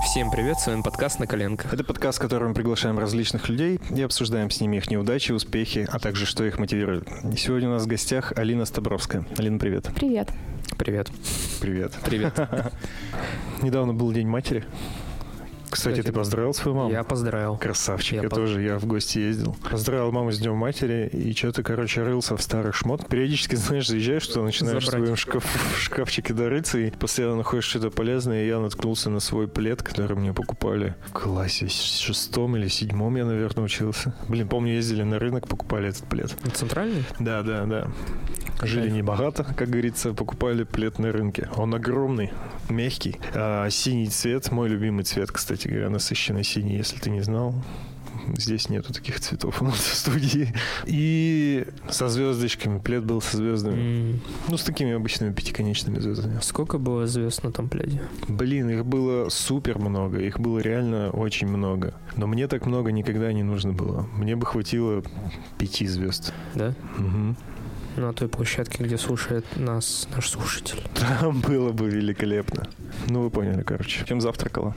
Всем привет, с вами подкаст «На коленках». Это подкаст, в котором мы приглашаем различных людей и обсуждаем с ними их неудачи, успехи, а также что их мотивирует. И сегодня у нас в гостях Алина Стабровская. Алина, привет. Привет. Привет. Привет. Привет. Недавно был День матери. Кстати, ты поздравил свою маму? Я поздравил. Красавчик, я в гости ездил. Поздравил маму с Днем матери, и что-то, рылся в старых шмотках. Периодически, знаешь, заезжаешь, что начинаешь в своем шкафчике дорыться, и постоянно находишь что-то полезное, и я наткнулся на свой плед, который мне покупали в классе 6 или 7, я, наверное, учился. Помню, ездили на рынок, покупали этот плед. Центральный? Да. Жили небогато, как говорится, покупали плед на рынке. Он огромный, мягкий, синий цвет, мой любимый цвет, кстати говоря, насыщенный синий, если ты не знал. Здесь нету таких цветов у нас в студии. И со звездочками, плед был со звездами. С такими обычными пятиконечными звездами. Сколько было звезд на том пледе? Их было супер много, их было реально очень много. Но мне так много никогда не нужно было. Мне бы хватило 5 звезд. Да? Угу. На той площадке, где слушает нас наш слушатель. Там было бы великолепно. Вы поняли, Чем завтракала?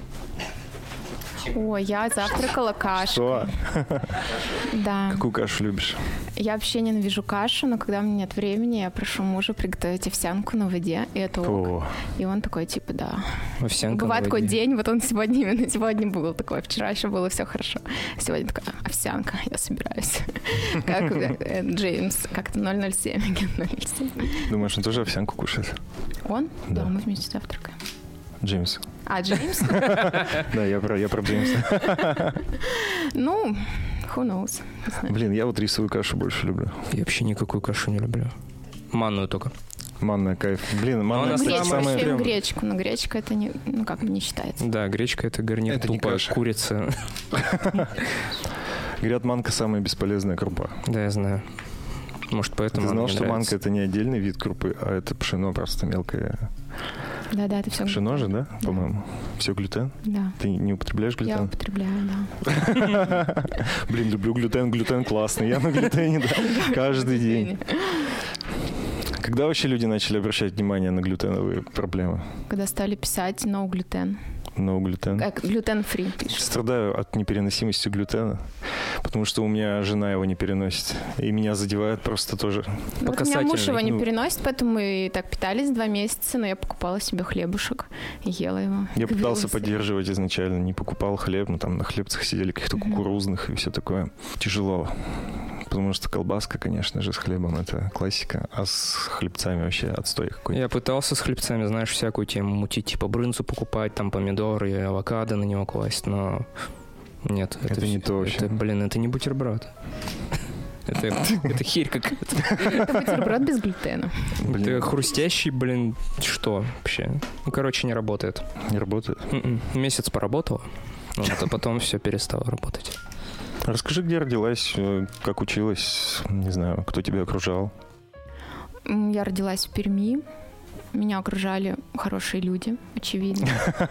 Ой, я завтракала кашу. Что? Да. Какую кашу любишь? Я вообще ненавижу кашу, но когда у меня нет времени, я прошу мужа приготовить овсянку на воде, и это ок. И он такой, да. Овсянка бывает на воде. такой день, он сегодня был такой, вчера еще было все хорошо. Сегодня такая, овсянка, я собираюсь. Как Джеймс, как-то 007, агент 007. Думаешь, он тоже овсянку кушает? Он? Да, мы вместе завтракаем. Джеймс. Джеймс? Да, я про Джеймса. Who knows? Я рисовую кашу больше люблю. Я вообще никакую кашу не люблю. Манную только. Манная кайф. Манная самая... Гречку, но гречка это не считается. Да, гречка это гарнир тупая курица. Говорят, манка самая бесполезная крупа. Да, я знаю. Может, поэтому. Ты знал, что манка это не отдельный вид крупы, а это пшено просто мелкое. Да, это все пшено же, да, по-моему? Все глютен? Да. Ты не употребляешь глютен? Я употребляю, да. Люблю глютен классный. Я на глютене, да, каждый день. Когда вообще люди начали обращать внимание на глютеновые проблемы? Когда стали писать no gluten. No gluten. Gluten-free пишут. Страдаю от непереносимости глютена, потому что у меня жена его не переносит. И меня задевает просто тоже. У меня муж его не переносит, поэтому мы так питались 2 месяца, но я покупала себе хлебушек и ела его. Я пытался поддерживать изначально, не покупал хлеб, там на хлебцах сидели каких-то кукурузных и все такое. Тяжело. Потому что колбаска, конечно же, с хлебом это классика, а с хлебцами вообще отстой какой-то. Я пытался с хлебцами, знаешь, всякую тему мутить, типа брынзу покупать, там помидоры и авокадо на него класть, но нет. Это не то вообще. Это не бутерброд. Это херь какая-то. Это бутерброд без глютена. Это хрустящий, что вообще? Не работает. Не работает? Месяц поработала, а потом все перестало работать. Расскажи, где родилась, как училась, не знаю, кто тебя окружал? Я родилась в Перми. Меня окружали хорошие люди, очевидно.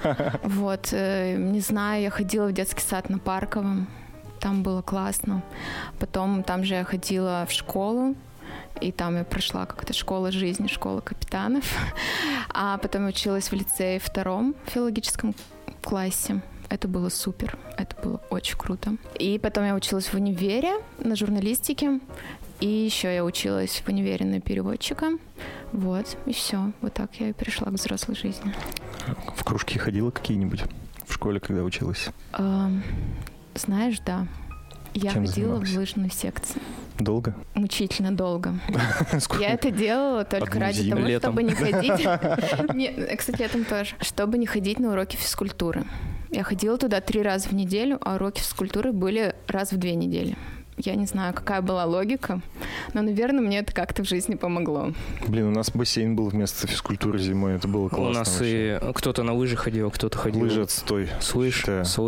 Не знаю, я ходила в детский сад на Парковом. Там было классно. Потом там же я ходила в школу. И там я прошла как-то школа жизни, школа капитанов. А потом я училась в лицее 2 филологическом классе. Это было супер, это было очень круто. И потом я училась в универе на журналистике. И еще я училась в универе на переводчика. И все. Так я и перешла к взрослой жизни. В кружки ходила какие-нибудь в школе, когда училась? Знаешь, да. Я ходила в лыжную секцию. Долго? Мучительно долго. Я это делала только ради того, чтобы не ходить... Кстати, летом тоже. Чтобы не ходить на уроки физкультуры. Я ходила туда 3 раза в неделю, а уроки физкультуры были раз в 2 недели. Я не знаю, какая была логика, но, наверное, мне это как-то в жизни помогло. У нас бассейн был вместо физкультуры зимой, это было классно. У нас вообще. и кто-то на лыжи ходил, кто-то ходил... Лыжи отстой. Слышь.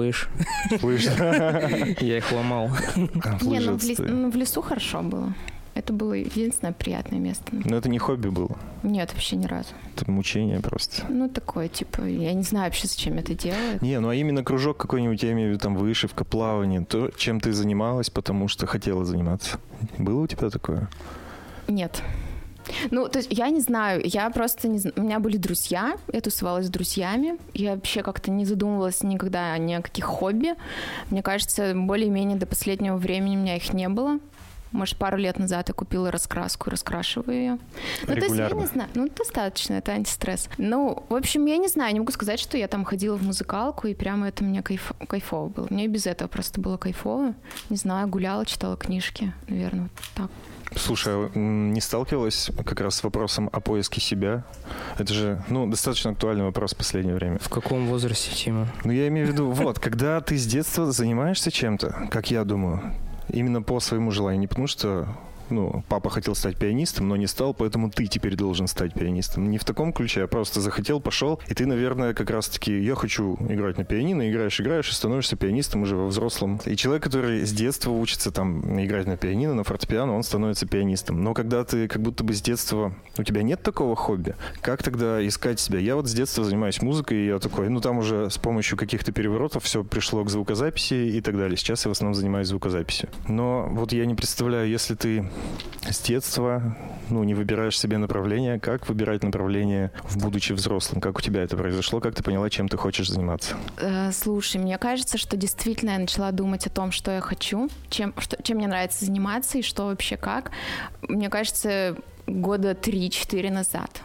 Я их ломал. В лесу хорошо было. Это было единственное приятное место. Но это не хобби было? Нет, вообще ни разу. Это мучение просто. Такое, я не знаю вообще, зачем это делают. Не, а именно кружок какой-нибудь, я имею в виду, там, вышивка, плавание, то, чем ты занималась, потому что хотела заниматься. Было у тебя такое? Нет. Ну, то есть я не знаю, я просто не знаю. У меня были друзья, я тусовалась с друзьями, я вообще как-то не задумывалась никогда ни о каких хобби. Мне кажется, более-менее до последнего времени у меня их не было. Может, пару лет назад я купила раскраску и раскрашиваю ее. Ну, то есть я не знаю, ну, достаточно, это антистресс. Ну, в общем, я не знаю, не могу сказать, что я там ходила в музыкалку, и прямо это мне кайфово было. Мне и без этого просто было кайфово. Не знаю, гуляла, читала книжки, наверное, вот так. Слушай, а не сталкивалась как раз с вопросом о поиске себя? Это же, ну, достаточно актуальный вопрос в последнее время. В каком возрасте, Тима? Ну, я имею в виду, вот, когда ты с детства занимаешься чем-то, как я думаю, именно по своему желанию, не потому что... Ну, папа хотел стать пианистом, но не стал, поэтому ты теперь должен стать пианистом. Не в таком ключе, а просто захотел, пошел, и ты, наверное, как раз-таки, я хочу играть на пианино, играешь, и становишься пианистом уже во взрослом. И человек, который с детства учится там играть на пианино, на фортепиано, он становится пианистом. Но когда ты как будто бы с детства, у тебя нет такого хобби, как тогда искать себя? Я вот с детства занимаюсь музыкой, и я такой, ну там уже с помощью каких-то переворотов все пришло к звукозаписи и так далее. Сейчас я в основном занимаюсь звукозаписью. Но вот я не представляю, если ты с детства, ну, не выбираешь себе направление, как выбирать направление будучи взрослым? Как у тебя это произошло? Как ты поняла, чем ты хочешь заниматься? Слушай, мне кажется, что действительно я начала думать о том, что я хочу, чем мне нравится заниматься и что вообще как. Мне кажется, года 3-4 назад.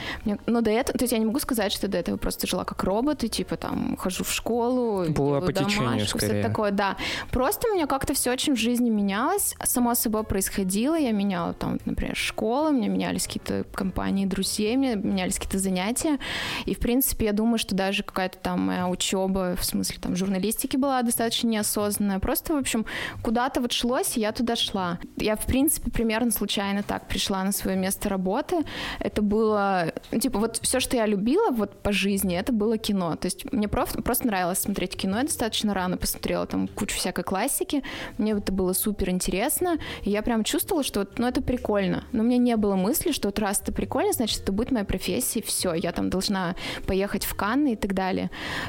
Но до этого, то есть я не могу сказать, что до этого просто жила как робот, и типа там хожу в школу, была по домашку, течению, скорее. все такое, да. Просто у меня как-то все очень в жизни менялось, само собой происходило, я меняла там, например, школу, у меня менялись какие-то компании друзей, у меня менялись какие-то занятия, и в принципе я думаю, что даже какая-то там моя учеба, в смысле там журналистики была достаточно неосознанная, просто, в общем, куда-то вот шлось, и я туда шла. Я, в принципе, примерно случайно так пришла на свое место работы, это было типа вот все, что я любила вот по жизни, это было кино. То есть мне просто нравилось смотреть кино. Я достаточно рано посмотрела там кучу всякой классики. Мне это было супер интересно. И я прям чувствовала, что вот, ну, это прикольно. Но у меня не было мысли, что вот раз это прикольно, значит, это будет моя профессия, и все. Я там должна поехать в Канны и так далее.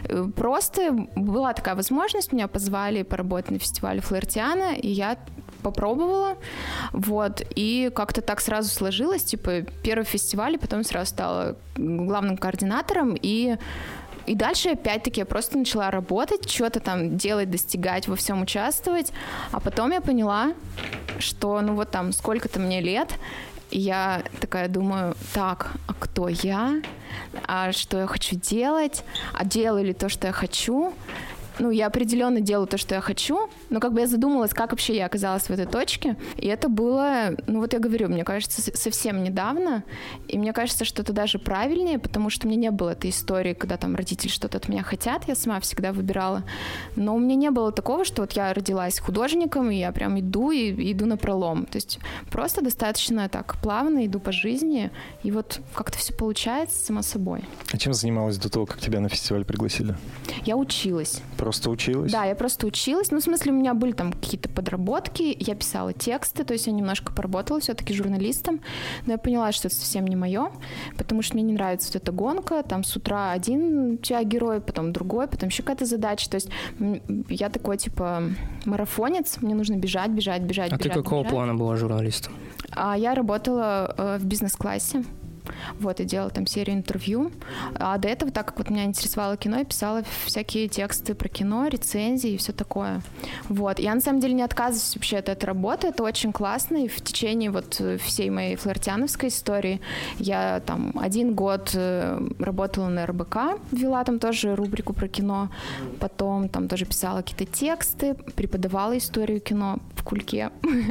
Просто была такая возможность. Меня позвали поработать на фестивале Флаертиана, и я попробовала, вот, и как-то так сразу сложилось, типа, первый фестиваль, и потом сразу стала главным координатором, и дальше, опять-таки, я просто начала работать, что-то там делать, достигать, во всем участвовать, а потом я поняла, что, ну, вот там, сколько-то мне лет, и я такая думаю, так, а кто я? А что я хочу делать? А делаю ли то, что я хочу? Ну, я определенно делаю то, что я хочу, но как бы я задумалась, как вообще я оказалась в этой точке. И это было, ну вот я говорю, мне кажется, совсем недавно. И мне кажется, что это даже правильнее, потому что у меня не было этой истории, когда там родители что-то от меня хотят, я сама всегда выбирала. Но у меня не было такого, что вот я родилась художником, и я прям иду напролом. То есть просто достаточно так плавно иду по жизни, и вот как-то все получается само собой. А чем занималась до того, как тебя на фестиваль пригласили? Я училась. Просто училась? Да, я просто училась. Ну, в смысле, у меня были там какие-то подработки, я писала тексты, то есть я немножко поработала все-таки журналистом, но я поняла, что это совсем не мое, потому что мне не нравится вот эта гонка, там с утра один у тебя герой, потом другой, потом еще какая-то задача, то есть я такой, типа, марафонец, мне нужно бежать. А ты какого плана была журналистом? Я работала в бизнес-классе. Вот, и делала там серию интервью. А до этого, так как вот меня интересовало кино, я писала всякие тексты про кино, рецензии и все такое. Вот. Я на самом деле не отказываюсь вообще от этой работы. Это очень классно. И в течение вот всей моей флаертиановской истории я там 1 год работала на РБК, вела там тоже рубрику про кино. Потом там тоже писала какие-то тексты, преподавала историю кино в Кульке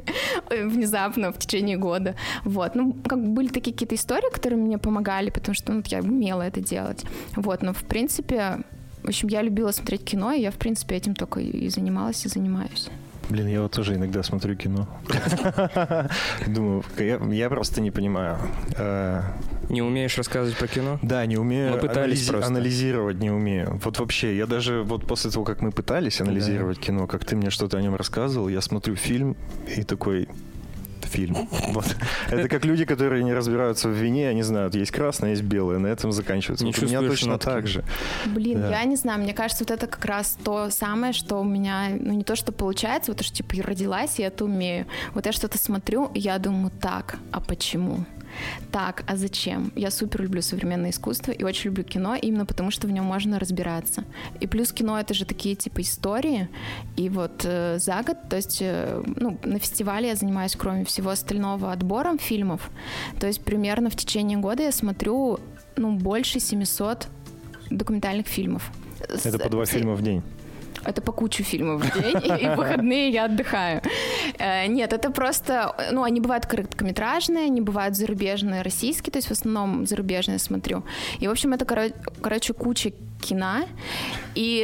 внезапно в течение года. Вот. Ну, как бы были такие какие-то истории, которые мне помогали, потому что я умела это делать. Вот, но в принципе, в общем, я любила смотреть кино, и я, в принципе, этим только и занималась, и занимаюсь. Блин, я вот тоже иногда смотрю кино. Думаю, я просто не понимаю. Не умеешь рассказывать про кино? Да, не умею. Мы пытались анализировать не умею. Вот вообще, я даже вот после того, как мы пытались анализировать кино, как ты мне что-то о нем рассказывал, я смотрю фильм и такой... фильм. Вот. Это как люди, которые не разбираются в вине, они знают, есть красное, есть белое, на этом заканчивается. Вот у меня точно нотки. Так же. Блин, да. Я не знаю, мне кажется, вот это как раз то самое, что у меня, ну не то, что получается, вот то, что типа я родилась, и это умею. Вот я что-то смотрю, и я думаю, так, а почему? так, а зачем? Я супер люблю современное искусство и очень люблю кино, именно потому что в нем можно разбираться. И плюс кино — это же такие типа истории, и вот за год, то есть, на фестивале я занимаюсь, кроме всего остального, отбором фильмов, то есть примерно в течение года я смотрю, больше 700 документальных фильмов. Это по 2 фильма в день? Это по куче фильмов в день, и в выходные я отдыхаю. Нет, это просто... они бывают короткометражные, они бывают зарубежные, российские, то есть в основном зарубежные смотрю. И, в общем, это, короче, куча кино, и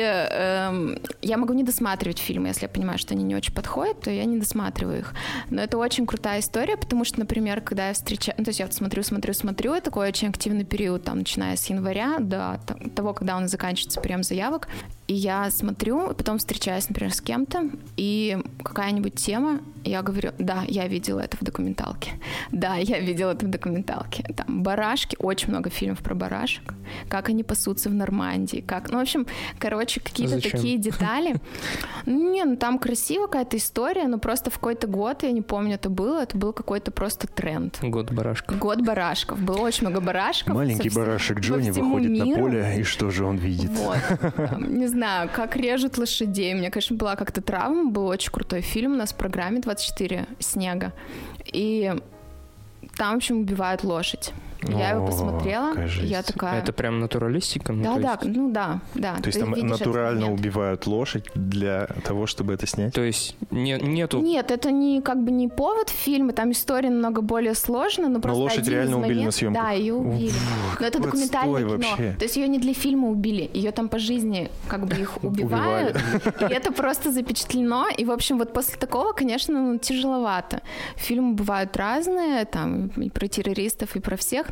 я могу не досматривать фильмы, если я понимаю, что они не очень подходят, то я не досматриваю их. Но это очень крутая история, потому что, например, когда я встречаю... то есть я вот смотрю, и такой очень активный период, там, начиная с января до того, когда он заканчивается прием заявок, и я смотрю, и потом встречаюсь, например, с кем-то, и какая-нибудь тема, я говорю, да, я видела это в документалке. Да, я видела это в документалке. Там барашки, очень много фильмов про барашек, как они пасутся в Нормандии, в общем, какие-то такие детали. Там красиво какая-то история, но просто в какой-то год, я не помню, это был какой-то просто тренд. Год барашков. Год барашков. Было очень много барашков. Маленький барашек Джонни выходит на поле, и что же он видит? Вот. Не знаю, как режут лошадей. У меня, конечно, была как-то травма, был очень крутой фильм у нас в программе «24 снега». И там, в общем, убивают лошадь. Я его посмотрела, я такая... Это прям натуралистика? Да. То есть там натурально убивают лошадь для того, чтобы это снять? То есть нету... Нет, это не повод фильма, там история намного более сложная, но просто лошадь реально убили на съемках? Да, ее убили. Но это документальное кино. Вообще. То есть ее не для фильма убили, ее там по жизни их убивают, и это просто запечатлено, и, в общем, вот после такого, конечно, тяжеловато. Фильмы бывают разные, там и про террористов, и про всех,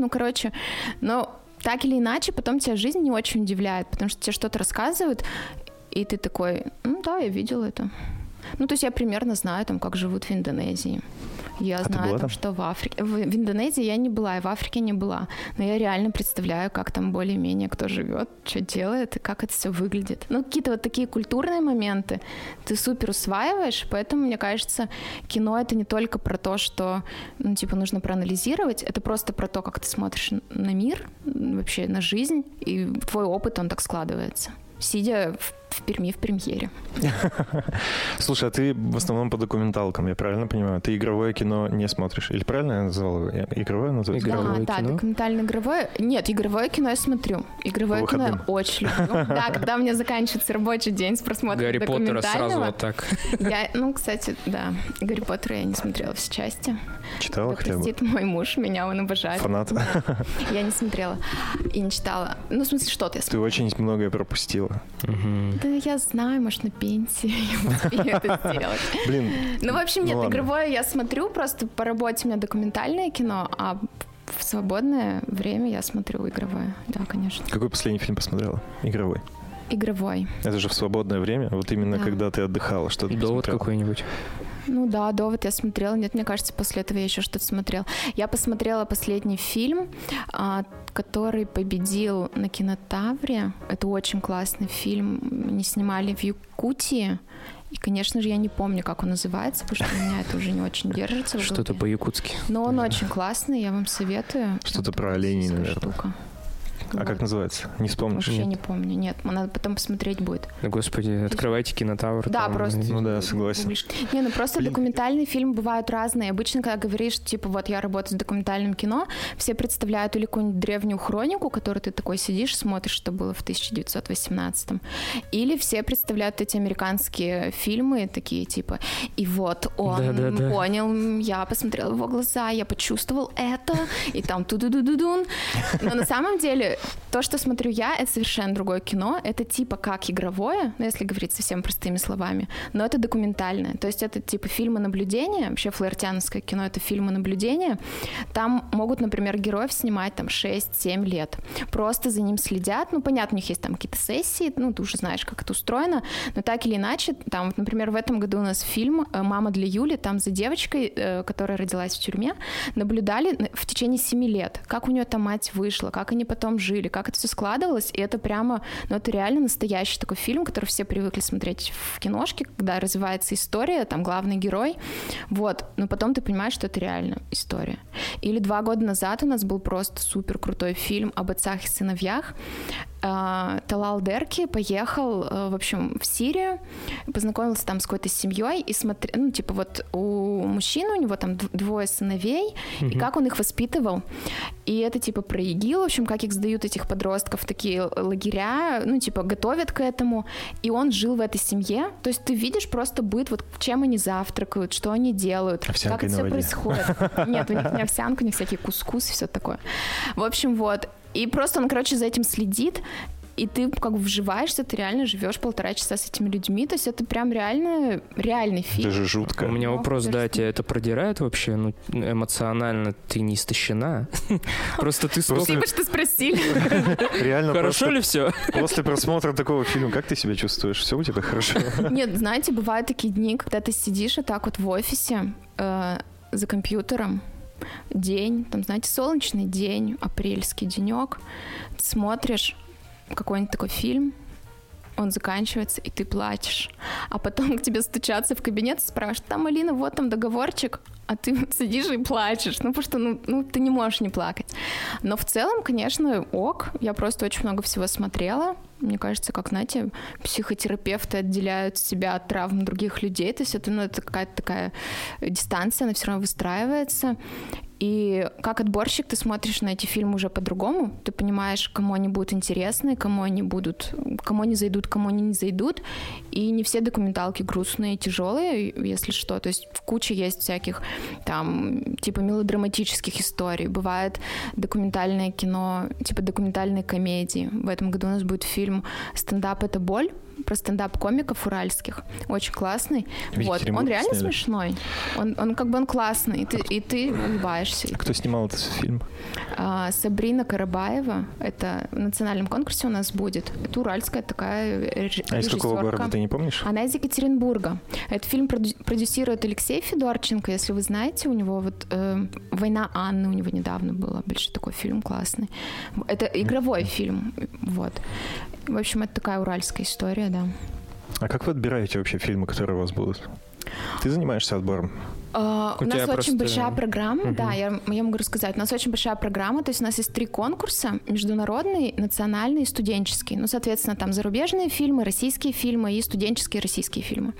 но так или иначе, потом тебя жизнь не очень удивляет, потому что тебе что-то рассказывают, и ты такой, да, я видел это. То есть я примерно знаю, как живут в Индонезии. Я знаю, что в Африке... В Индонезии я не была, и в Африке не была. Но я реально представляю, как там более-менее кто живет, что делает, и как это все выглядит. Какие-то вот такие культурные моменты ты супер усваиваешь, поэтому, мне кажется, кино — это не только про то, что, нужно проанализировать, это просто про то, как ты смотришь на мир, вообще на жизнь, и твой опыт, он так складывается, сидя в Перми в премьере. Слушай, а ты в основном по документалкам, я правильно понимаю? Ты игровое кино не смотришь? Или правильно я назвал его? Игровое называется? Да, документальное игровое. Нет, игровое кино я смотрю. Игровое кино я очень люблю. Да, когда у меня заканчивается рабочий день с просмотром Гарри документального. Поттера сразу вот так. Кстати, да, Гарри Поттера я не смотрела все части. Читала хотя бы? Простит мой муж, меня он обожает. Фанат? Я не смотрела и не читала. В смысле, что-то я смотрела. Ты очень многое пропустила. Да я знаю, может, на пенсии я успею это сделать. Блин. В общем, нет, игровое я смотрю, просто по работе у меня документальное кино, а в свободное время я смотрю игровое. Да, конечно. Какой последний фильм посмотрела? Игровой? Игровой. Это же в свободное время, вот именно когда ты отдыхала, что ты посмотрела? «Довод» какой-нибудь? Да, «Довод» я смотрела. Нет, мне кажется, после этого я еще что-то смотрела. Я посмотрела последний фильм, который победил на Кинотавре. Это очень классный фильм. Они снимали в Якутии. И, конечно же, я не помню, как он называется, потому что у меня это уже не очень держится. Что-то по-якутски. Но он очень классный, я вам советую. Что-то про оленей, наверное. Штука. А как называется? Не вспомнишь? Вообще не помню. Нет, надо потом посмотреть будет. Господи, открывайте Кинотавр. Да, просто. Да, согласен. Просто документальные фильмы бывают разные. Обычно, когда говоришь, я работаю с документальным кино, все представляют или какую-нибудь древнюю хронику, которую ты такой сидишь, смотришь, что было в 1918-м. Или все представляют эти американские фильмы, такие и вот он понял, я посмотрела в его глаза, я почувствовал это, и там ту-ду-ду-ду-дун. Но на самом деле то, что смотрю я, это совершенно другое кино. Это как игровое, если говорить совсем простыми словами, но это документальное. То есть это фильмы наблюдения. Вообще флаертяновское кино — это фильмы наблюдения. Там могут, например, героев снимать 6-7 лет. Просто за ним следят. Понятно, у них есть какие-то сессии, ты уже знаешь, как это устроено, но так или иначе, например, в этом году у нас фильм «Мама для Юли», там за девочкой, которая родилась в тюрьме, наблюдали в течение 7 лет, как у нее там мать вышла, как они потом жили, как это все складывалось, и это прямо, это реально настоящий такой фильм, который все привыкли смотреть в киношке, когда развивается история, там главный герой, но потом ты понимаешь, что это реально история. Или 2 года назад у нас был просто супер крутой фильм об отцах и сыновьях. Талал Дерки поехал, в общем, в Сирию, познакомился там с какой-то семьей и смотрел, ну, типа вот у мужчины, у него там 2 сыновей, и как он их воспитывал. И это типа про ИГИЛ, в общем, как их сдают, этих подростков, в такие лагеря, ну, типа готовят к этому. И он жил в этой семье. То есть ты видишь просто быт, вот чем они завтракают, что они делают, как это все происходит. Нет, у них не овсянка, у них всякие кускус и все такое. В общем, вот. И просто он, короче, за этим следит, и ты как бы вживаешься, ты реально живешь 1,5 часа с этими людьми, то есть это прям реальный фильм. Даже жутко. У меня вопрос, да, тебя это продирает вообще? Ну, эмоционально ты не истощена? Просто ты... Спасибо, что спросили. Реально. Хорошо ли все? После просмотра такого фильма, как ты себя чувствуешь? Все у тебя хорошо? Нет, знаете, бывают такие дни, когда ты сидишь вот так вот в офисе за компьютером, день, там, знаете, солнечный день, апрельский денек, ты смотришь какой-нибудь такой фильм, он заканчивается, и ты плачешь. А потом к тебе стучатся в кабинет и спрашивают: там, Алина, вот там договорчик, а ты сидишь и плачешь. Ну, потому что, ну, ты не можешь не плакать. Но в целом, конечно, я просто очень много всего смотрела. Мне кажется, как, знаете, психотерапевты отделяют себя от травм других людей. То есть это какая-то такая дистанция, она все равно выстраивается. И как отборщик ты смотришь на эти фильмы уже по-другому. Ты понимаешь, кому они будут интересны, кому они зайдут, кому они не зайдут. И не все документалки грустные и тяжелые, если что. То есть в куче есть всяких там типа мелодраматических историй. Бывает документальное кино, типа документальные комедии. В этом году у нас будет фильм «Стендап — это боль», про стендап-комиков уральских. Очень классный. Вот. Он реально смешной. Он как бы он классный. И ты улыбаешься. А кто снимал этот фильм? Сабрина Карабаева. Это в национальном конкурсе у нас будет. Это уральская такая режиссерка. А из какого города, ты не помнишь? Она из Екатеринбурга. Этот фильм продюсирует Алексей Федорченко, если вы знаете. У него вот «Война Анны» у него недавно была. Большой такой фильм классный. Это игровой фильм. Вот. В общем, это такая уральская история, да. А как вы отбираете вообще фильмы, которые у вас будут? Ты занимаешься отбором? У нас очень большая программа, да, я могу рассказать. У нас очень большая программа, то есть у нас есть 3 конкурса: международный, национальный и студенческий. Ну, соответственно, там зарубежные фильмы, российские фильмы и студенческие российские фильмы.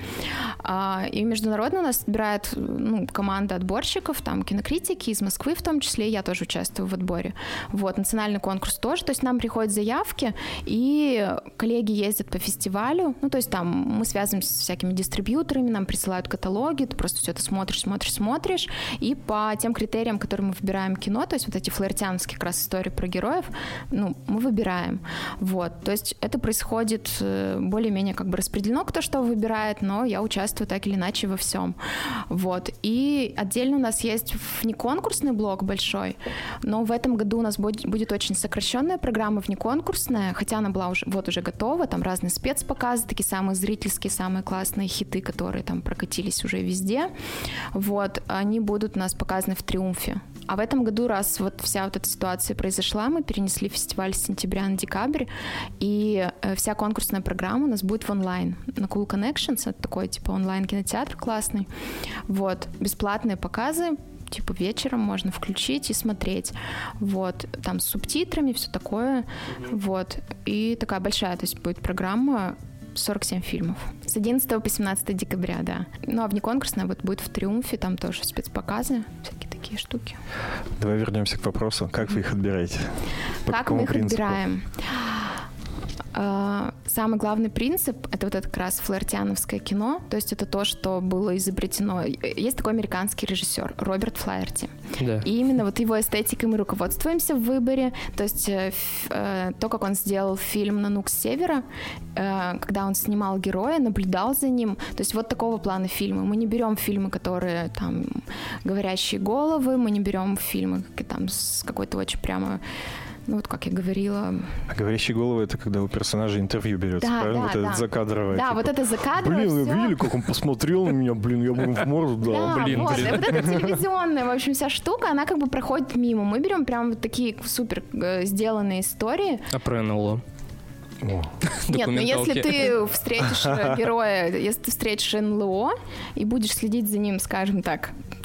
И международный у нас собирает команда отборщиков, там кинокритики из Москвы в том числе, я тоже участвую в отборе. Вот, национальный конкурс тоже, то есть нам приходят заявки, и коллеги ездят по фестивалю, ну, то есть там мы связываемся с всякими дистрибьюторами, нам присылают каталоги, ты просто все это смотришь, и по тем критериям, которые мы выбираем кино, то есть вот эти флаертиановские как раз истории про героев, мы выбираем. Вот, то есть это происходит более-менее как бы распределено, кто что выбирает, но я участвую так или иначе во всем. Вот, и отдельно у нас есть внеконкурсный блок большой, но в этом году у нас будет очень сокращенная программа внеконкурсная, хотя она была уже готова, там разные спецпоказы, такие самые зрительские, самые классные хиты, которые там прокатились уже везде. Вот, они будут у нас показаны в «Триумфе». А в этом году, раз вот вся вот эта ситуация произошла, мы перенесли фестиваль с сентября на декабрь, и вся конкурсная программа у нас будет в онлайн. На Cool Connections, это такой типа онлайн-кинотеатр классный. Вот, бесплатные показы, типа вечером можно включить и смотреть. Вот, там с субтитрами, все такое. Вот, и такая большая, то есть будет программа 47 фильмов. С 11 по 17 декабря, да. Ну, а внеконкурсная вот будет в «Триумфе», там тоже спецпоказы, всякие такие штуки. Давай вернемся к вопросу. Как вы их отбираете? Как мы их отбираем? Самый главный принцип — это вот это как раз флаертиановское кино, то есть это то, что было изобретено. Есть такой американский режиссер Роберт Флаерти. Да. И именно вот его эстетикой мы руководствуемся в выборе. То есть то, как он сделал фильм «Нанук с севера», когда он снимал героя, наблюдал за ним. То есть вот такого плана фильмы. Мы не берем фильмы, которые там «Говорящие головы», мы не берем фильмы там с какой-то очень прямо... Ну, вот как я говорила. А «Говорящие головы» — это когда у персонажа интервью берется, да, правильно? Да, вот да. это закадровое. Да, типа, вот это закадровое. Блин, вы видели, как он посмотрел на меня? Блин, я бы в морду дал. Да, блин. вот эта телевизионная, в общем, вся штука, она как бы проходит мимо. Мы берем прям вот такие супер сделанные истории. А про НЛО? Нет, но если ты встретишь героя, если ты встретишь НЛО и будешь следить за ним, скажем так,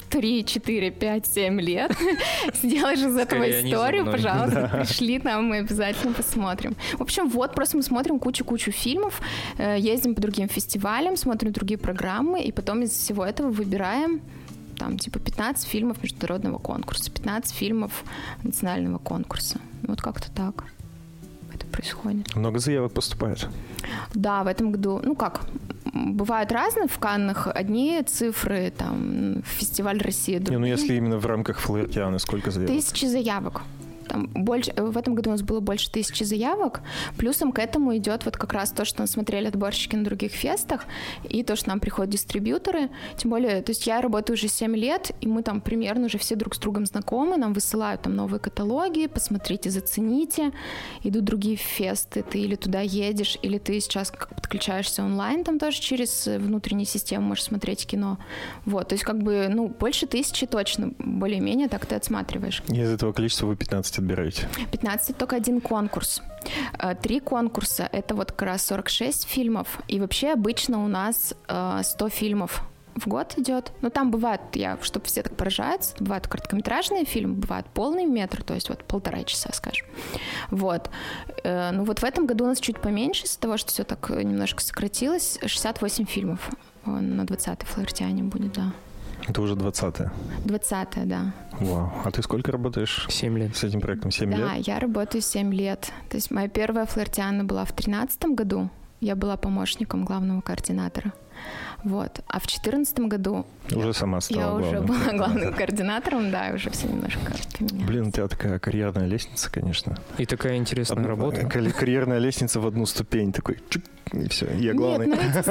3, 4, 5, 7 лет. Сделаешь из этого историю, пожалуйста, пришли нам, мы обязательно посмотрим. В общем, вот, просто мы смотрим кучу-кучу фильмов, ездим по другим фестивалям, смотрим другие программы, и потом из всего этого выбираем там, типа, 15 фильмов международного конкурса, 15 фильмов национального конкурса. Вот как-то так это происходит. Много заявок поступает? Да, в этом году, ну как, бывают разные в Каннах, одни цифры, там, фестиваль России, другие. Не, ну если именно в рамках Флаертианы, сколько заявок? 1000 заявок. Там больше, в этом году у нас было больше 1000 заявок. Плюсом к этому идет вот как раз то, что мы смотрели отборщики на других фестах, и то, что нам приходят дистрибьюторы. Тем более, то есть я работаю уже 7 лет, и мы там примерно уже все друг с другом знакомы, нам высылают там новые каталоги, посмотрите, зацените. Идут другие фесты, ты или туда едешь, или ты сейчас подключаешься онлайн, там тоже через внутреннюю систему можешь смотреть кино. Вот, то есть как бы, ну, больше 1000 точно, более-менее так ты отсматриваешь. И из этого количества вы 15 отбираете? 15 только один конкурс. 3 конкурса — это вот как раз 46 фильмов. И вообще обычно у нас 100 фильмов в год идет. Но там бывает, чтобы все так поражаются, бывают короткометражные фильмы, бывает полный метр, то есть вот 1,5 часа, скажем. Вот. Ну вот в этом году у нас чуть поменьше из-за того, что все так немножко сократилось. 68 фильмов на 20-й Флаертиане будет, да. Это уже 20-е? 20-е, да. Вау. А ты сколько работаешь? 7 лет. С этим проектом 7 лет? Да, я работаю 7 лет. То есть моя первая Флаертиана была в 2013 году. Я была помощником главного координатора. Вот. А в 2014 году уже сама стала я главным. уже была главным координатором, да, и уже все немножко поменялось. Блин, у тебя такая карьерная лестница, конечно. И такая интересная работа. Карьерная лестница в одну ступень, такой чик, и все, я главный. Нет, ну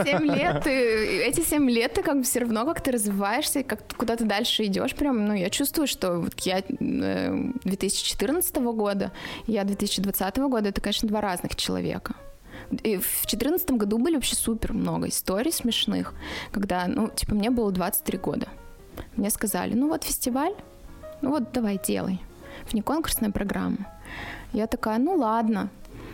эти 7 лет ты как бы все равно как-то развиваешься, как куда ты дальше идешь прям, ну я чувствую, что вот я 2014 года, я 2020 года, это, конечно, 2 разных человека. И в 2014 году были вообще супер много историй смешных, когда, ну, типа, мне было 23 года. Мне сказали, ну вот фестиваль, ну вот давай делай, внеконкурсная программа. Я такая, ну ладно.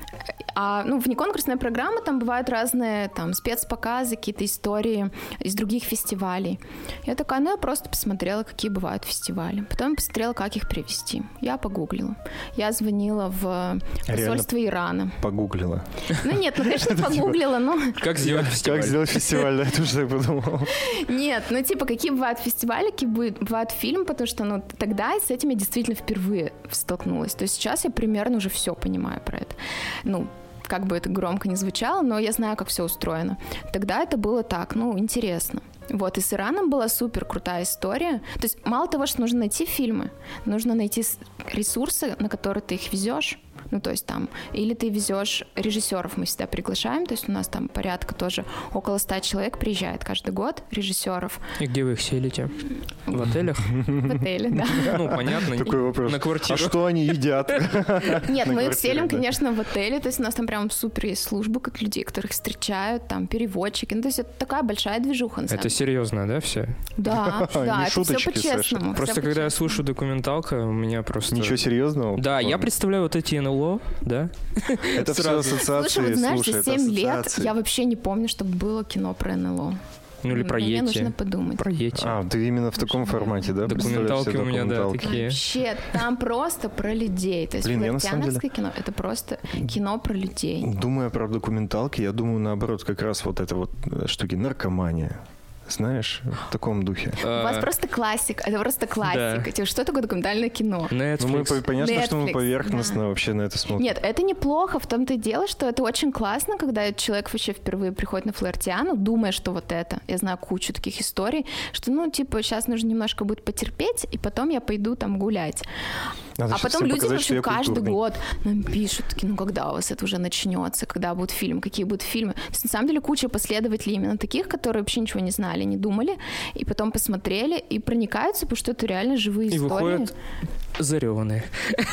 А внеконкурсная программа, там бывают разные там спецпоказы, какие-то истории из других фестивалей. Я такая, ну я просто посмотрела, какие бывают фестивали. Потом посмотрела, как их привести. Я погуглила. Я звонила в посольство Ирана. Погуглила? Ну нет, ну конечно погуглила, но... Как сделать фестиваль? Как сделать фестиваль, да, я тоже так подумал. Нет, ну типа, какие бывают фестивали, какие бывают фильмы, потому что, ну, тогда с этим я действительно впервые столкнулась. То есть сейчас я примерно уже все понимаю про это. Ну, как бы это громко не звучало, но я знаю, как все устроено. Тогда это было так, ну, интересно. Вот, и с Ираном была супер крутая история. То есть мало того, что нужно найти фильмы, нужно найти ресурсы, на которые ты их везешь. Ну, то есть там, или ты везешь режиссеров, мы всегда приглашаем, то есть у нас там порядка тоже около 100 человек приезжает каждый год, режиссеров. И где вы их селите? В отелях? В отеле, да. Ну, понятно. Такой вопрос. На квартиру. А что они едят? Нет, мы их селим, конечно, в отеле, то есть у нас там прям супер есть службы, как людей, которых встречают, там переводчики, ну, то есть это такая большая движуха. Это серьезно, да, все? Да, да, это все по-честному. Просто когда я слушаю документалка, у меня просто... Ничего серьезного? Да, я представляю вот эти НЛО, да? Это все ассоциации. Слушай, вот знаешь, за 7 лет я вообще не помню, чтобы было кино про НЛО. Ну или про Йети. Мне нужно подумать. Про Йети. А, ты именно в таком формате, да? Документалки у меня, да, такие. Вообще, там просто про людей. То есть флаертиановское кино — это просто кино про людей. Думая про документалки, я думаю, наоборот, как раз вот это вот штуки наркомания. Знаешь, в таком духе. У вас просто классика. Это просто классика. Да. Что такое документальное кино? Netflix. Ну, понятно, что мы поверхностно вообще на это смотрим. Нет, это неплохо. В том-то и дело, что это очень классно, когда человек вообще впервые приходит на Флаертиану, думая, что вот это. Я знаю кучу таких историй, что, ну, типа, сейчас нужно немножко будет потерпеть, и потом я пойду там гулять. Надо потом люди показать, вообще каждый год нам пишут, такие, ну, когда у вас это уже начнется, когда будет фильм, какие будут фильмы. То есть, на самом деле, куча последователей именно таких, которые вообще ничего не знали, не думали, и потом посмотрели и проникаются, потому что это реально живые истории. И выходят зареванные,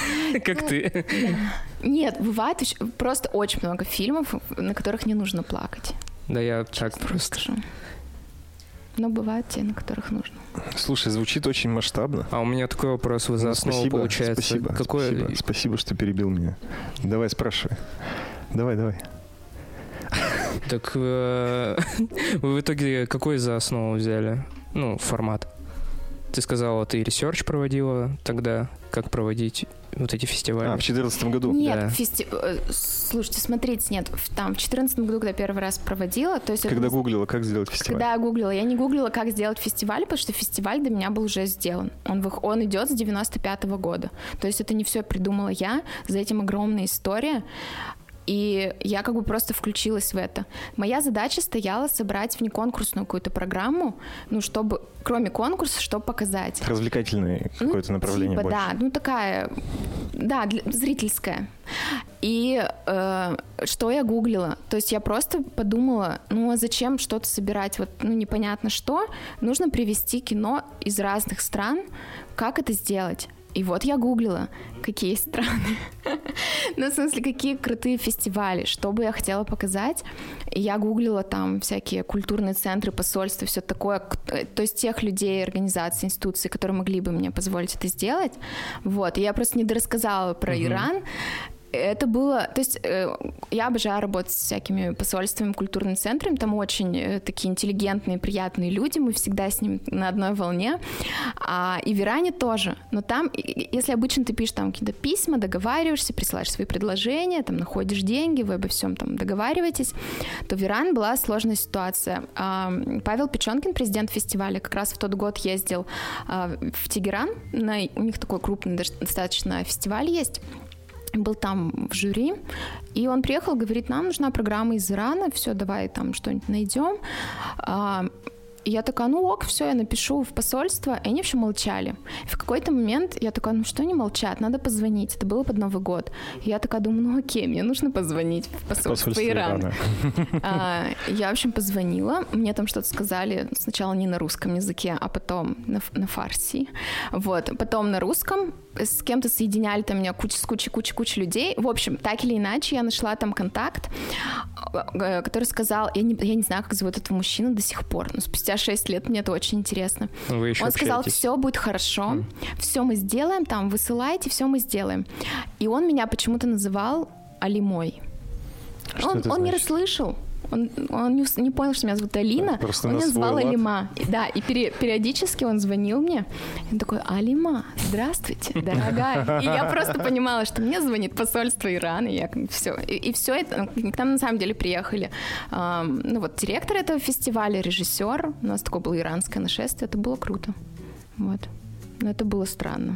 как ты. Нет, бывает просто очень много фильмов, на которых не нужно плакать. Да я так просто... Но бывают те, на которых нужно. Слушай, звучит очень масштабно. А у меня такой вопрос, вы за основу, получается. Спасибо, что перебил меня. Давай, спрашивай. Давай. Так вы в итоге какой за основу взяли? Ну, формат ты сказала, ты ресерч проводила тогда, как проводить вот эти фестивали. В 2014 году? Нет, слушайте, смотрите, нет, там в 2014 году, когда первый раз проводила, то есть... Когда гуглила, как сделать фестиваль? Когда я гуглила, я не гуглила, как сделать фестиваль, потому что фестиваль до меня был уже сделан. Он идет с 95-го года. То есть это не все придумала я, за этим огромная история. И я как бы просто включилась в это. Моя задача стояла собрать внеконкурсную какую-то программу, ну, чтобы, кроме конкурса, чтобы показать. Развлекательное какое-то направление типа, больше. Да, такая, зрительская. И что я гуглила? То есть я просто подумала, а зачем что-то собирать, непонятно что. Нужно привезти кино из разных стран. Как это сделать? И вот я гуглила, какие страны, в смысле, какие крутые фестивали, что бы я хотела показать. И я гуглила там всякие культурные центры, посольства, все такое, то есть тех людей, организаций, институций, которые могли бы мне позволить это сделать. Вот, и я просто недорассказала про Иран. Это было... То есть я обожаю работать с всякими посольствами, культурными центрами. Там очень такие интеллигентные, приятные люди. Мы всегда с ними на одной волне. И в Иране тоже. Но там, если обычно ты пишешь там какие-то письма, договариваешься, присылаешь свои предложения, там находишь деньги, вы обо всем там договариваетесь, то в Иран была сложная ситуация. Павел Печенкин, президент фестиваля, как раз в тот год ездил в Тегеран. У них такой крупный достаточно фестиваль есть. Был там в жюри, и он приехал, говорит, нам нужна программа из Ирана, все, давай там что-нибудь найдем. И я такая, ок, все, я напишу в посольство, и они вообще молчали. И в какой-то момент я такая, что они молчат, надо позвонить. Это было под Новый год. И я такая думаю, окей, мне нужно позвонить в посольство Ирана. Я, в общем, позвонила, мне там что-то сказали, сначала не на русском языке, а потом на фарси. Вот, потом на русском, с кем-то соединяли там меня с кучей людей. В общем, так или иначе, я нашла там контакт, который сказал, я не знаю, как зовут этого мужчину до сих пор, но спустя 6 лет мне это очень интересно. Он сказал, все будет хорошо, все мы сделаем, там высылайте, все мы сделаем. И он меня почему-то называл Алимой. Он не расслышал. Он не понял, что меня зовут Алина. Он меня назвал Алима. Да, и периодически он звонил мне. И он такой, Алима, здравствуйте, дорогая. И я просто понимала, что мне звонит посольство Ирана. И все. И все это. К нам на самом деле приехали директор этого фестиваля, режиссер. У нас такое было иранское нашествие. Это было круто. Вот. Но это было странно.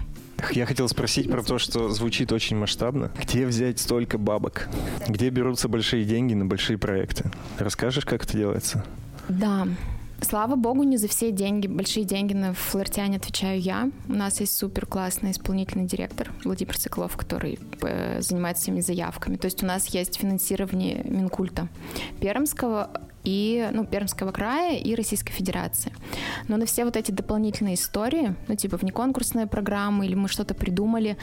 Я хотел спросить про то, что звучит очень масштабно. Где взять столько бабок? Где берутся большие деньги на большие проекты? Расскажешь, как это делается? Да. Слава богу, не за все деньги, большие деньги на Флиртяне отвечаю я. У нас есть супер классный исполнительный директор Владимир Соколов, который занимается всеми заявками. То есть у нас есть финансирование Минкульта Пермского Пермского края и Российской Федерации. Но на все вот эти дополнительные истории, внеконкурсные программы или мы что-то придумали,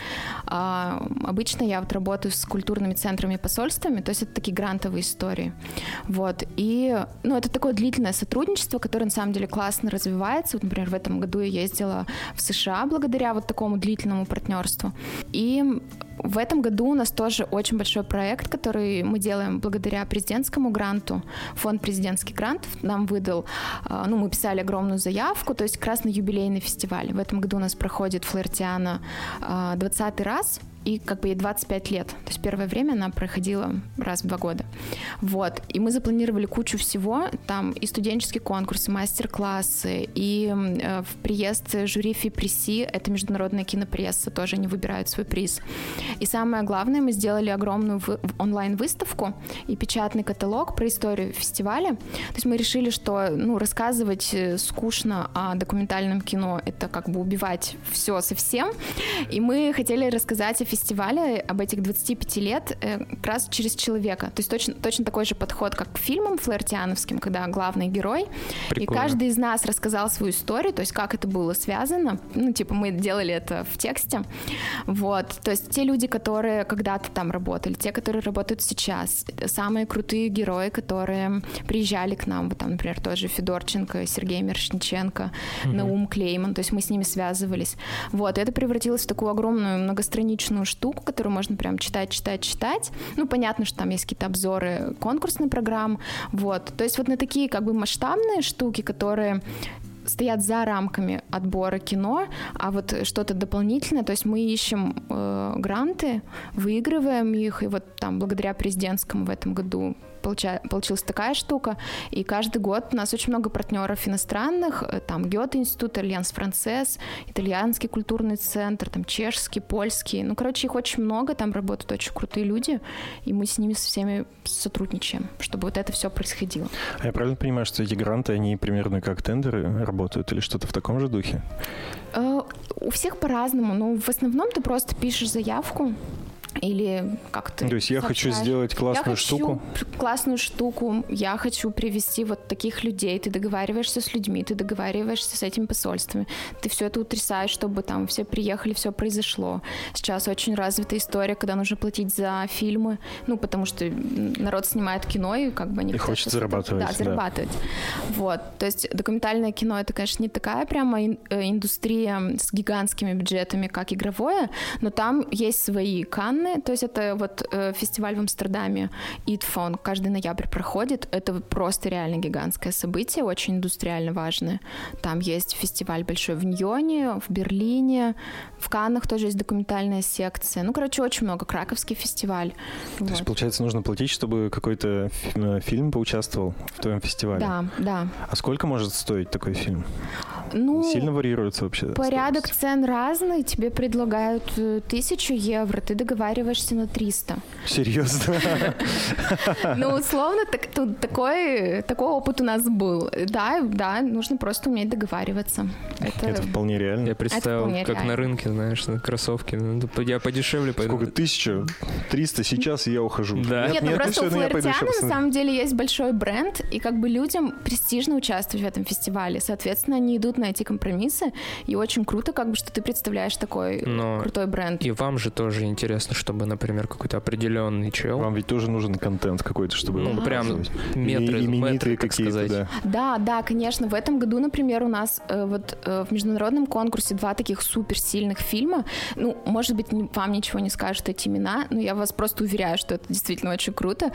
обычно я работаю с культурными центрами и посольствами, то есть это такие грантовые истории. Вот. И, это такое длительное сотрудничество, которое на самом деле классно развивается. Вот, например, в этом году я ездила в США благодаря вот такому длительному партнерству. И в этом году у нас тоже очень большой проект, который мы делаем благодаря президентскому гранту. Фонд президентских грантов нам выдал, мы писали огромную заявку, то есть как раз на юбилейный фестиваль. В этом году у нас проходит Флиртиана 20-й раз, и ей 25 лет. То есть первое время она проходила раз в 2 года. Вот. И мы запланировали кучу всего. Там и студенческие конкурсы, мастер-классы, и приезд жюри ФИПРИСИ, это международная кинопресса, тоже они выбирают свой приз. И самое главное, мы сделали огромную онлайн-выставку и печатный каталог про историю фестиваля. То есть мы решили, что рассказывать скучно о документальном кино — это убивать все совсем. И мы хотели рассказать о фестивале, об этих 25 лет как раз через человека. То есть точно такой же подход, как к фильмам флиртиановским, когда главный герой. Прикольно. И каждый из нас рассказал свою историю, то есть как это было связано. Мы делали это в тексте. Вот. То есть те люди, которые когда-то там работали, те, которые работают сейчас, самые крутые герои, которые приезжали к нам, там, например, тот же Федорченко, Сергей Мирошниченко, Наум Клейман, то есть мы с ними связывались. Вот. И это превратилось в такую огромную многостраничную штуку, которую можно прям читать. Понятно, что там есть какие-то обзоры конкурсных программ. Вот. То есть на такие масштабные штуки, которые стоят за рамками отбора кино, а вот что-то дополнительное, то есть мы ищем гранты, выигрываем их, и вот там благодаря президентскому в этом году получилась такая штука, и каждый год у нас очень много партнеров иностранных, там Гёте-институт, Альянс Францесс, итальянский культурный центр, там чешский, польский, ну, короче, их очень много, там работают очень крутые люди, и мы с ними со всеми сотрудничаем, чтобы вот это все происходило. А я правильно понимаю, что эти гранты, они примерно как тендеры работают или что-то в таком же духе? У всех по-разному, но в основном ты просто пишешь заявку, или как ты. То есть я хочу сделать классную штуку? Классную штуку, я хочу привести вот таких людей, ты договариваешься с людьми, ты договариваешься с этими посольствами, ты все это утрясаешь, чтобы там все приехали, все произошло. Сейчас очень развита история, когда нужно платить за фильмы, ну, потому что народ снимает кино, и как бы они хочет зарабатывать. Да, зарабатывать. Вот, то есть документальное кино — это, конечно, не такая прямо индустрия с гигантскими бюджетами, как игровое, но там есть свои Канны. То есть это вот фестиваль в Амстердаме, ИТФОН, каждый ноябрь проходит. Это просто реально гигантское событие, очень индустриально важное. Там есть фестиваль большой в Ньоне, в Берлине, в Каннах тоже есть документальная секция. Ну, короче, очень много. Краковский фестиваль. То есть, получается, нужно платить, чтобы какой-то фильм поучаствовал в твоем фестивале? Да, да. А сколько может стоить такой фильм? Ну, сильно вариируется вообще? Порядок цен разный. Тебе предлагают 1000 евро, ты договариваешься на 300. Серьезно? Ну, условно, такой опыт у нас был. Да, нужно просто уметь договариваться. Это вполне реально. Я представил, как на рынке, знаешь, кроссовки. Я подешевле пойду. Сколько? 1300 сейчас, и я ухожу. Да. Нет, ну просто у Флаэртиано на самом деле есть большой бренд, и как бы людям престижно участвовать в этом фестивале. Соответственно, они идут на эти компромиссы, и очень круто, как бы, что ты представляешь такой крутой бренд. И вам же тоже интересно, чтобы, например, какой-то определенный чел. Вам ведь тоже нужен контент какой-то, чтобы... Ну, прям метры, так сказать. Да, конечно. В этом году, например, у нас вот в международном конкурсе 2 таких суперсильных фильма. Ну, может быть, вам ничего не скажут эти имена, но я вас просто уверяю, что это действительно очень круто.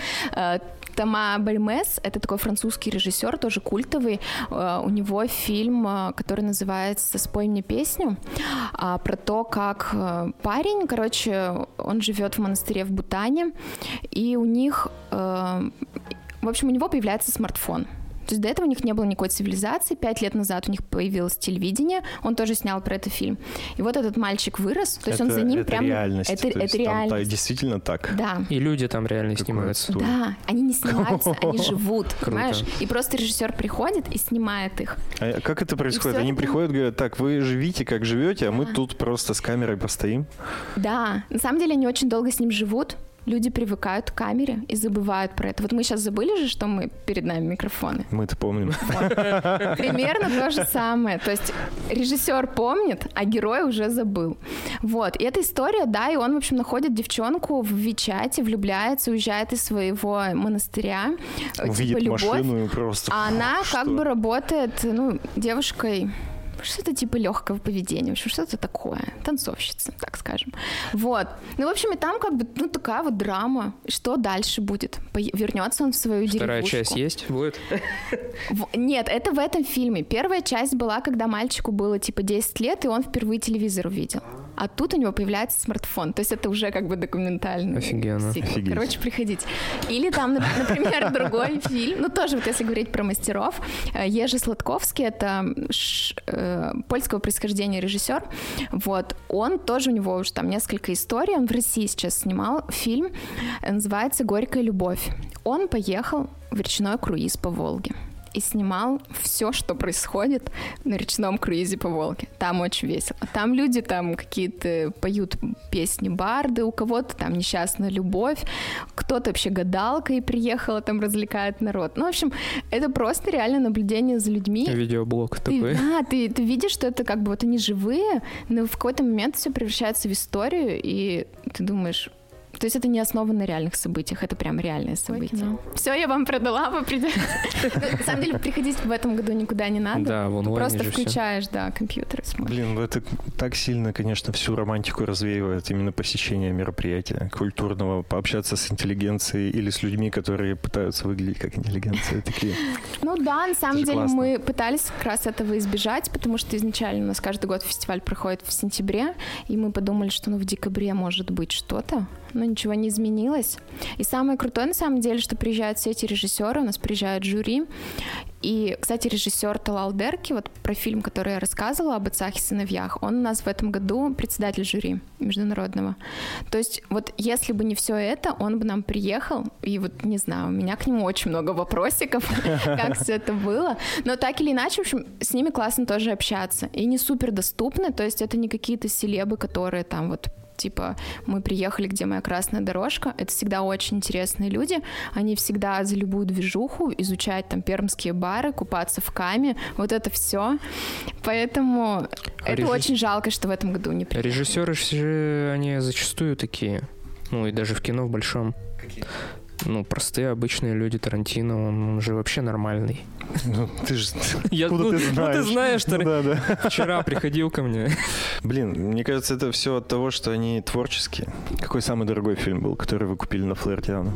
Тома Бальмес — это такой французский режиссер, тоже культовый. У него фильм, который называется «Спой мне песню», про то, как парень, короче, он живет в монастыре в Бутане, и у них, в общем, у него появляется смартфон. То есть до этого у них не было никакой цивилизации. 5 лет назад у них появилось телевидение. Он тоже снял про это фильм. И вот этот мальчик вырос. То есть он за ним это прям... Реальность. Это реальность. Там действительно так. Да. И люди там реально снимаются. Да, они не снимаются, они живут, понимаешь? И просто режиссер приходит и снимает их. А как это происходит? Они приходят и говорят: так, вы живите, как живете, а мы тут просто с камерой постоим. Да, на самом деле они очень долго с ним живут. Люди привыкают к камере и забывают про это. Вот мы сейчас забыли же, что мы перед нами микрофоны. Мы-то помним. Примерно то же самое. То есть режиссер помнит, а герой уже забыл. Вот. И эта история, да, и он, в общем, находит девчонку в Вичате, влюбляется, уезжает из своего монастыря. Увидит типа машину и просто... А она как бы работает, ну, девушкой... Что-то типа легкого поведения, в общем, что-то такое. Танцовщица, так скажем. Вот. Ну, в общем, и там как бы, ну, такая вот драма. Что дальше будет? Вернется он в свою деревушку. Вторая часть есть? Будет? Нет, это в этом фильме. Первая часть была, когда мальчику было типа 10 лет, и он впервые телевизор увидел. А тут у него появляется смартфон. То есть это уже как бы документальный. Офигенно. Короче, приходите. Или там, например, другой фильм. Ну, тоже вот если говорить про мастеров. Ежи Сладковский, это польского происхождения режиссер. Вот. Он тоже, у него уже там несколько историй. Он в России сейчас снимал фильм. Называется «Горькая любовь». Он поехал в речной круиз по Волге и снимал все, что происходит на речном круизе по Волге. Там очень весело. Там люди там какие-то поют песни барды, у кого-то там несчастная любовь, кто-то вообще гадалкой приехала, там развлекает народ. Ну, в общем, это просто реально наблюдение за людьми. Видеоблог такой. Да, ты видишь, что это как бы вот они живые, но в какой-то момент все превращается в историю, и ты думаешь... То есть это не основано на реальных событиях, это прям реальные события. Все, я вам продала, вы придете. На самом деле, приходить в этом году никуда не надо. Да, в онлайне просто же включаешь, да, компьютер и смотришь. Блин, это так сильно, конечно, всю романтику развеивает именно посещение мероприятия культурного, пообщаться с интеллигенцией или с людьми, которые пытаются выглядеть как интеллигенция. Такие. Ну да, на самом деле классно. мы пытались как раз этого избежать, потому что изначально у нас каждый год фестиваль проходит в сентябре, и мы подумали, что в декабре может быть что-то, но ничего не изменилось. И самое крутое, на самом деле, что приезжают все эти режиссеры, у нас приезжают жюри. И, кстати, режиссер Талал Дерки, вот про фильм, который я рассказывала об отцах и сыновьях, он у нас в этом году председатель жюри международного. То есть вот если бы не все это, он бы нам приехал, и вот, не знаю, у меня к нему очень много вопросиков, как все это было. Но так или иначе, в общем, с ними классно тоже общаться. И не супер доступны, то есть это не какие-то селебы, которые там вот типа мы приехали, где моя красная дорожка. Это всегда очень интересные люди. Они всегда за любую движуху, изучать там пермские бары, купаться в Каме. Вот это все. Поэтому это очень жалко, что в этом году не приехали. Режиссеры же, они зачастую такие. Ну и даже в кино в большом. Ну, простые, обычные люди. Тарантино, он же вообще нормальный. Ну, ты же... Ты знаешь, что вчера приходил ко мне. Блин, мне кажется, это все от того, что они творческие. Какой самый дорогой фильм был, который вы купили на Флаертиано?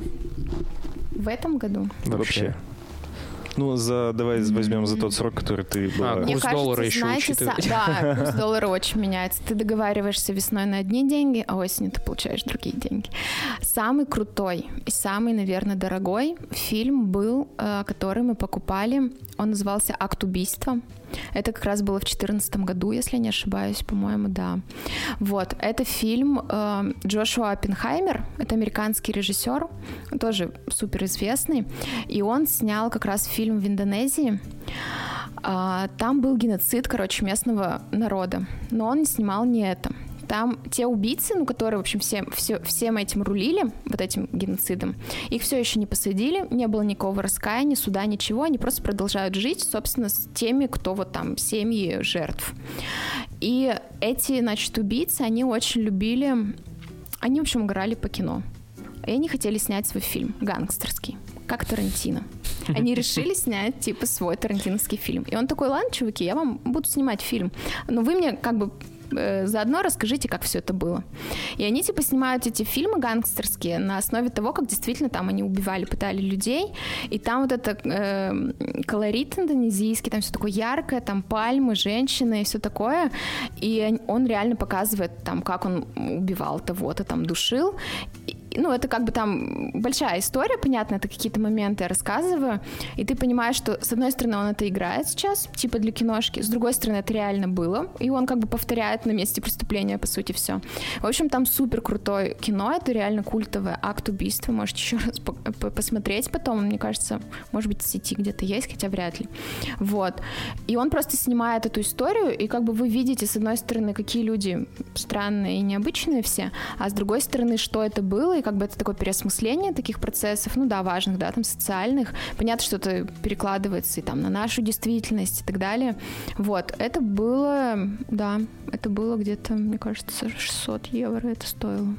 В этом году? Вообще. Ну, давай возьмем за тот срок, который ты была. Мне курс кажется, доллара еще знаете, учитывать. да, курс доллара очень меняется. Ты договариваешься весной на одни деньги, а осенью ты получаешь другие деньги. Самый крутой и самый, наверное, дорогой фильм был, который мы покупали. Он назывался «Акт убийства». Это как раз было в 2014 году, если я не ошибаюсь, по-моему, да. Вот, это фильм Джошуа Оппенхаймер, это американский режиссер, тоже суперизвестный, и он снял как раз фильм в Индонезии. Там был геноцид, местного народа, но он не снимал не это. Там те убийцы, которые, в общем, всем этим рулили, вот этим геноцидом, их все еще не посадили, не было никакого раскаяния, суда, ничего, они просто продолжают жить, собственно, с теми, кто вот там, семьи жертв. И эти, убийцы, они очень любили, они, в общем, играли по кино. И они хотели снять свой фильм гангстерский, как Тарантино. Они решили снять, свой тарантиновский фильм. И он такой: ладно, чуваки, я вам буду снимать фильм, но вы мне заодно расскажите, как все это было. И они снимают эти фильмы гангстерские на основе того, как действительно там они убивали, пытали людей. И там вот это колорит индонезийский, там все такое яркое, там пальмы, женщины и все такое. И он реально показывает там, как он убивал того-то, там душил. Это там большая история, понятно, это какие-то моменты я рассказываю, и ты понимаешь, что с одной стороны он это играет сейчас, для киношки, с другой стороны это реально было, и он повторяет на месте преступления, по сути, все. В общем, там супер крутое кино, это реально культовое «Акт убийства», можете еще раз посмотреть потом, мне кажется, может быть, в сети где-то есть, хотя вряд ли. Вот. И он просто снимает эту историю, и вы видите, с одной стороны, какие люди странные и необычные все, а с другой стороны, что это было, и это такое переосмысление таких процессов, важных, там, социальных. Понятно, что это перекладывается и там на нашу действительность и так далее. Вот. Это было, это было где-то, мне кажется, 600 евро это стоило.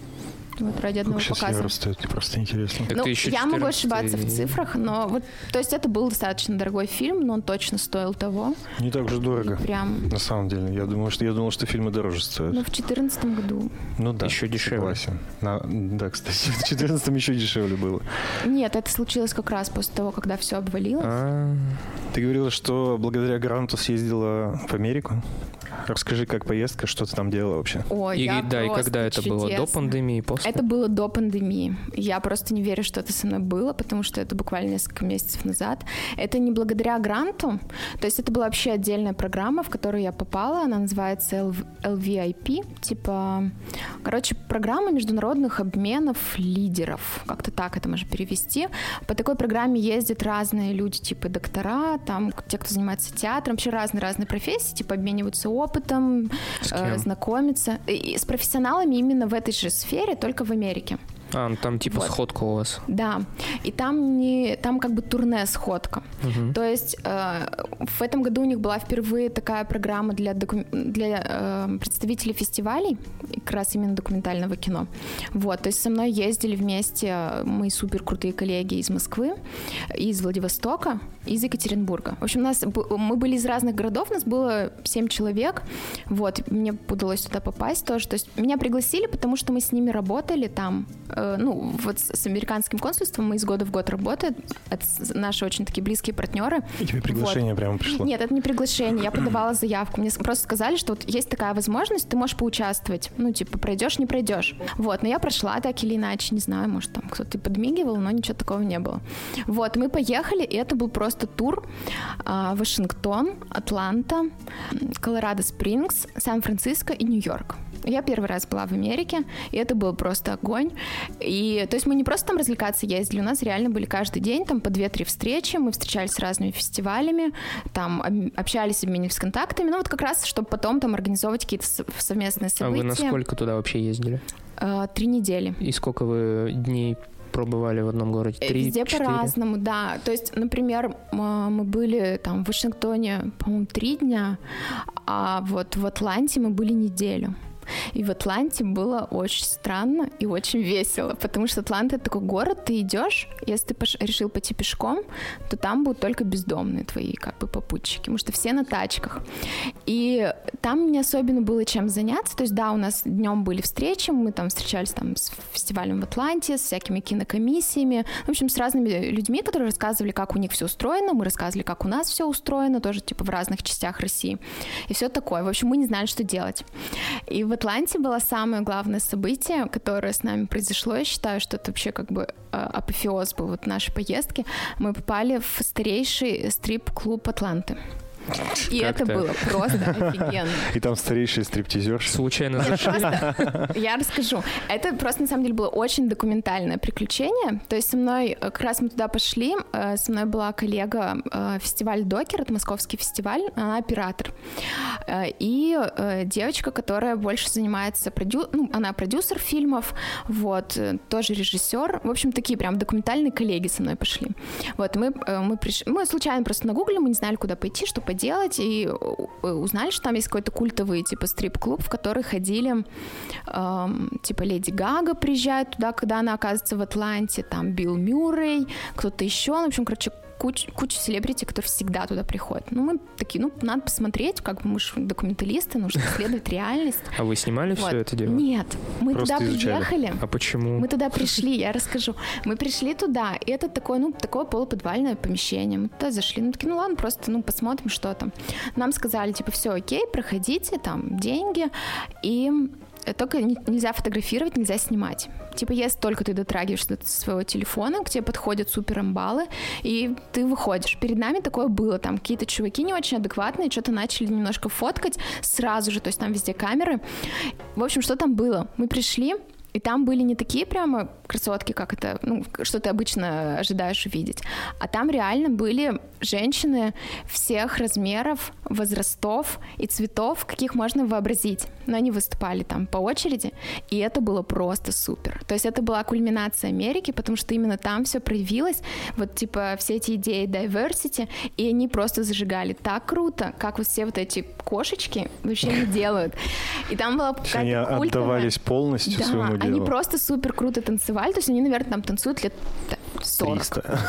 Вот ради одного показа. Сейчас евро стоит, просто интересно. Я могу ошибаться в цифрах, но то есть это был достаточно дорогой фильм, но он точно стоил того. Не так же дорого. Прям. На самом деле. Я думал, что фильмы дороже стоят. В 2014 году. Да. Еще дешевле. Согласен. Да, кстати, в 2014 еще дешевле было. Нет, это случилось как раз после того, когда все обвалилось. Ты говорила, что благодаря гранту съездила в Америку. Расскажи, как поездка, что ты там делала вообще? И когда это было? До пандемии, после? Это было до пандемии. Я просто не верю, что это со мной было, потому что это буквально несколько месяцев назад. Это не благодаря гранту. То есть это была вообще отдельная программа, в которую я попала. Она называется LVIP. Программа международных обменов лидеров. Как-то так это можно перевести. По такой программе ездят разные люди, доктора, там, те, кто занимается театром, вообще разные профессии, обмениваются опытом, знакомиться. И с профессионалами именно в этой же сфере, только в Америке. Там типа вот. Сходка у вас. Да, и там как бы турне-сходка. То есть в этом году у них была впервые такая программа для представителей фестивалей, как раз именно документального кино. Вот, то есть со мной ездили вместе мои супер крутые коллеги из Москвы, из Владивостока, из Екатеринбурга. В общем, мы были из разных городов, нас было 7 человек. Вот, мне удалось туда попасть тоже. То есть меня пригласили, потому что мы с ними работали там. Вот с американским консульством мы из года в год работаем. Это наши очень такие близкие партнеры. И тебе приглашение прямо пришло? Нет, это не приглашение. Я подавала заявку. Мне просто сказали, что вот есть такая возможность, ты можешь поучаствовать. Пройдешь, не пройдешь. Вот, но я прошла так или иначе, не знаю, может, там кто-то подмигивал, но ничего такого не было. Вот, мы поехали, и это был просто тур. Вашингтон, Атланта, Колорадо Спрингс, Сан-Франциско и Нью-Йорк. Я первый раз была в Америке, и это был просто огонь. И, то есть мы не просто там развлекаться ездили, у нас реально были каждый день там по 2-3 встречи, мы встречались с разными фестивалями, там общались, обменивались контактами, вот как раз, чтобы потом там организовывать какие-то совместные события. А вы насколько туда вообще ездили? 3 недели. И сколько вы дней пробывали в одном городе? 3-4? Везде по-разному, да. То есть, например, мы были там в Вашингтоне, по-моему, 3 дня, а вот в Атланте мы были неделю. И в Атланте было очень странно и очень весело, потому что Атланта — это такой город, ты идешь, если ты решил пойти пешком, то там будут только бездомные твои как бы попутчики, потому что все на тачках. И там не особенно было чем заняться, то есть да, у нас днем были встречи, мы там встречались там с фестивалем в Атланте, с всякими кинокомиссиями, в общем, с разными людьми, которые рассказывали, как у них все устроено, мы рассказывали, как у нас все устроено, тоже типа в разных частях России. И все такое. В общем, мы не знали, что делать. И в Атланте было самое главное событие, которое с нами произошло. Я считаю, что это вообще как бы апофеоз был вот нашей поездки. Мы попали в старейший стрип-клуб Атланты. И как это было просто офигенно. И там старейшие стриптизерши. Случайно зашли. Я расскажу. Это просто, на самом деле, было очень документальное приключение. То есть со мной, как раз мы туда пошли, со мной была коллега, фестиваль Докер, это московский фестиваль, она оператор. И девочка, которая больше занимается, она продюсер фильмов, вот, тоже режиссер. В общем, такие прям документальные коллеги со мной пошли. Вот, мы пришли, мы случайно просто нагуглили, мы не знали, куда пойти, что делать, и узнали, что там есть какой-то культовый типа стрип-клуб, в который ходили типа Леди Гага приезжает туда, когда она оказывается в Атланте, там Билл Мюррей, кто-то еще, в общем, короче, куча селебрити, которые всегда туда приходят. Мы такие, надо посмотреть, как бы мы же документалисты, нужно исследовать реальность. А вы снимали все это дело? Нет, мы просто туда приехали. А почему? Мы туда пришли, я расскажу. Мы пришли туда, и это такое полуподвальное помещение. Мы туда зашли, такие, ладно, просто, посмотрим, что там. Нам сказали, типа, все окей, проходите, там, деньги, и только нельзя фотографировать, нельзя снимать. Типа, если только ты дотрагиваешься до своего телефона, к тебе подходят суперамбалы, и ты выходишь. Перед нами такое было, там какие-то чуваки не очень адекватные, что-то начали немножко фоткать сразу же, то есть там везде камеры. В общем, что там было? Мы пришли, и там были не такие прямо красотки, как это, что ты обычно ожидаешь увидеть, а там реально были женщины всех размеров, возрастов и цветов, каких можно вообразить. Но они выступали там по очереди, и это было просто супер. То есть это была кульминация Америки, потому что именно там все проявилось, вот типа все эти идеи diversity, и они просто зажигали так круто, как вот все вот эти кошечки вообще не делают. И там была какая-то они культовая... отдавались полностью своему делу. Они просто супер круто танцевали, то есть они, наверное, там танцуют лет 40.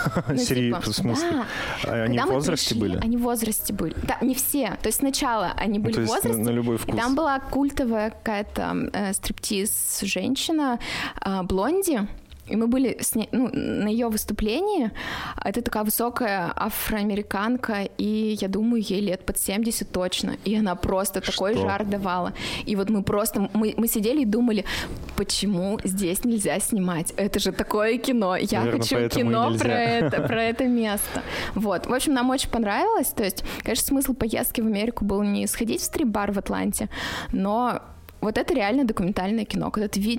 300. В смысле? Да. Они в возрасте были? Они в возрасте были. Да, не все. То есть сначала они были в возрасте. На любой вкус. И там была культовая какая-то стриптиз-женщина, блонди. И мы были с ней, на ее выступлении. Это такая высокая афроамериканка, и я думаю, ей лет под 70 точно. И она просто такой жар давала. И вот мы просто, мы сидели и думали, почему здесь нельзя снимать? Это же такое кино. Я хочу кино про это место. Вот. В общем, нам очень понравилось. То есть, конечно, смысл поездки в Америку был не сходить в стрип-бар в Атланте, но вот это реально документальное кино. Когда ты видишь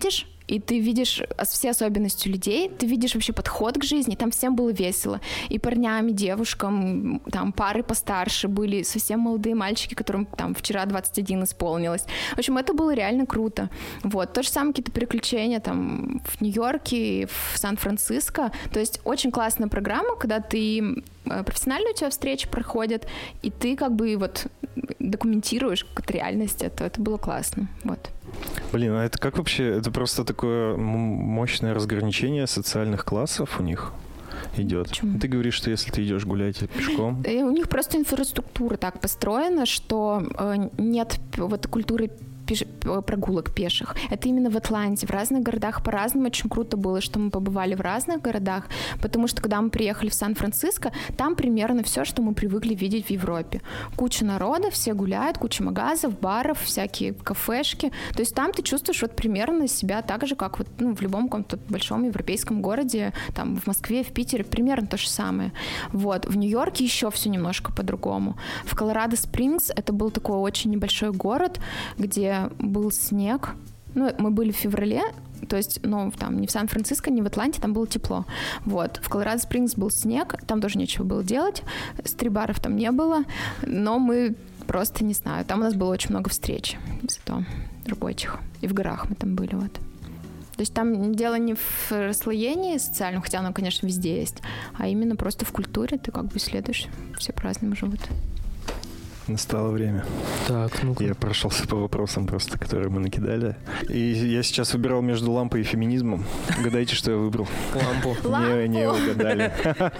и ты видишь все особенности людей, ты видишь вообще подход к жизни, там всем было весело. И парням, и девушкам, там пары постарше были, совсем молодые мальчики, которым там вчера 21 исполнилось. В общем, это было реально круто. Вот. То же самое какие-то приключения там в Нью-Йорке, в Сан-Франциско. То есть очень классная программа, когда ты профессиональные у тебя встречи проходят, и ты как бы вот документируешь как реальность это. Это было классно. Вот. Блин, а это как вообще? Это просто такое мощное разграничение социальных классов у них идет. Почему? Ты говоришь, что если ты идешь гулять пешком... У них просто инфраструктура так построена, что нет вот культуры прогулок пеших. Это именно в Атланте. В разных городах по-разному. Очень круто было, что мы побывали в разных городах, потому что, когда мы приехали в Сан-Франциско, там примерно все, что мы привыкли видеть в Европе. Куча народа, все гуляют, куча магазов, баров, всякие кафешки. То есть там ты чувствуешь вот примерно себя так же, как вот, в любом каком-то большом европейском городе, там в Москве, в Питере, примерно то же самое. Вот. В Нью-Йорке еще все немножко по-другому. В Колорадо-Спрингс это был такой очень небольшой город, где был снег. Мы были в феврале, то есть, там не в Сан-Франциско, не в Атланте, там было тепло. Вот. В Колорадо-Спрингс был снег, там тоже нечего было делать, стрибаров там не было, но мы просто, не знаю, там у нас было очень много встреч, зато рабочих. И в горах мы там были, вот. То есть там дело не в расслоении социальном, хотя оно, конечно, везде есть, а именно просто в культуре ты как бы исследуешь, все по-разному живут. Настало время. Так, ну-ка. Я прошелся по вопросам просто, которые мы накидали. И я сейчас выбирал между лампой и феминизмом. Угадайте, что я выбрал. Лампу. Не угадали.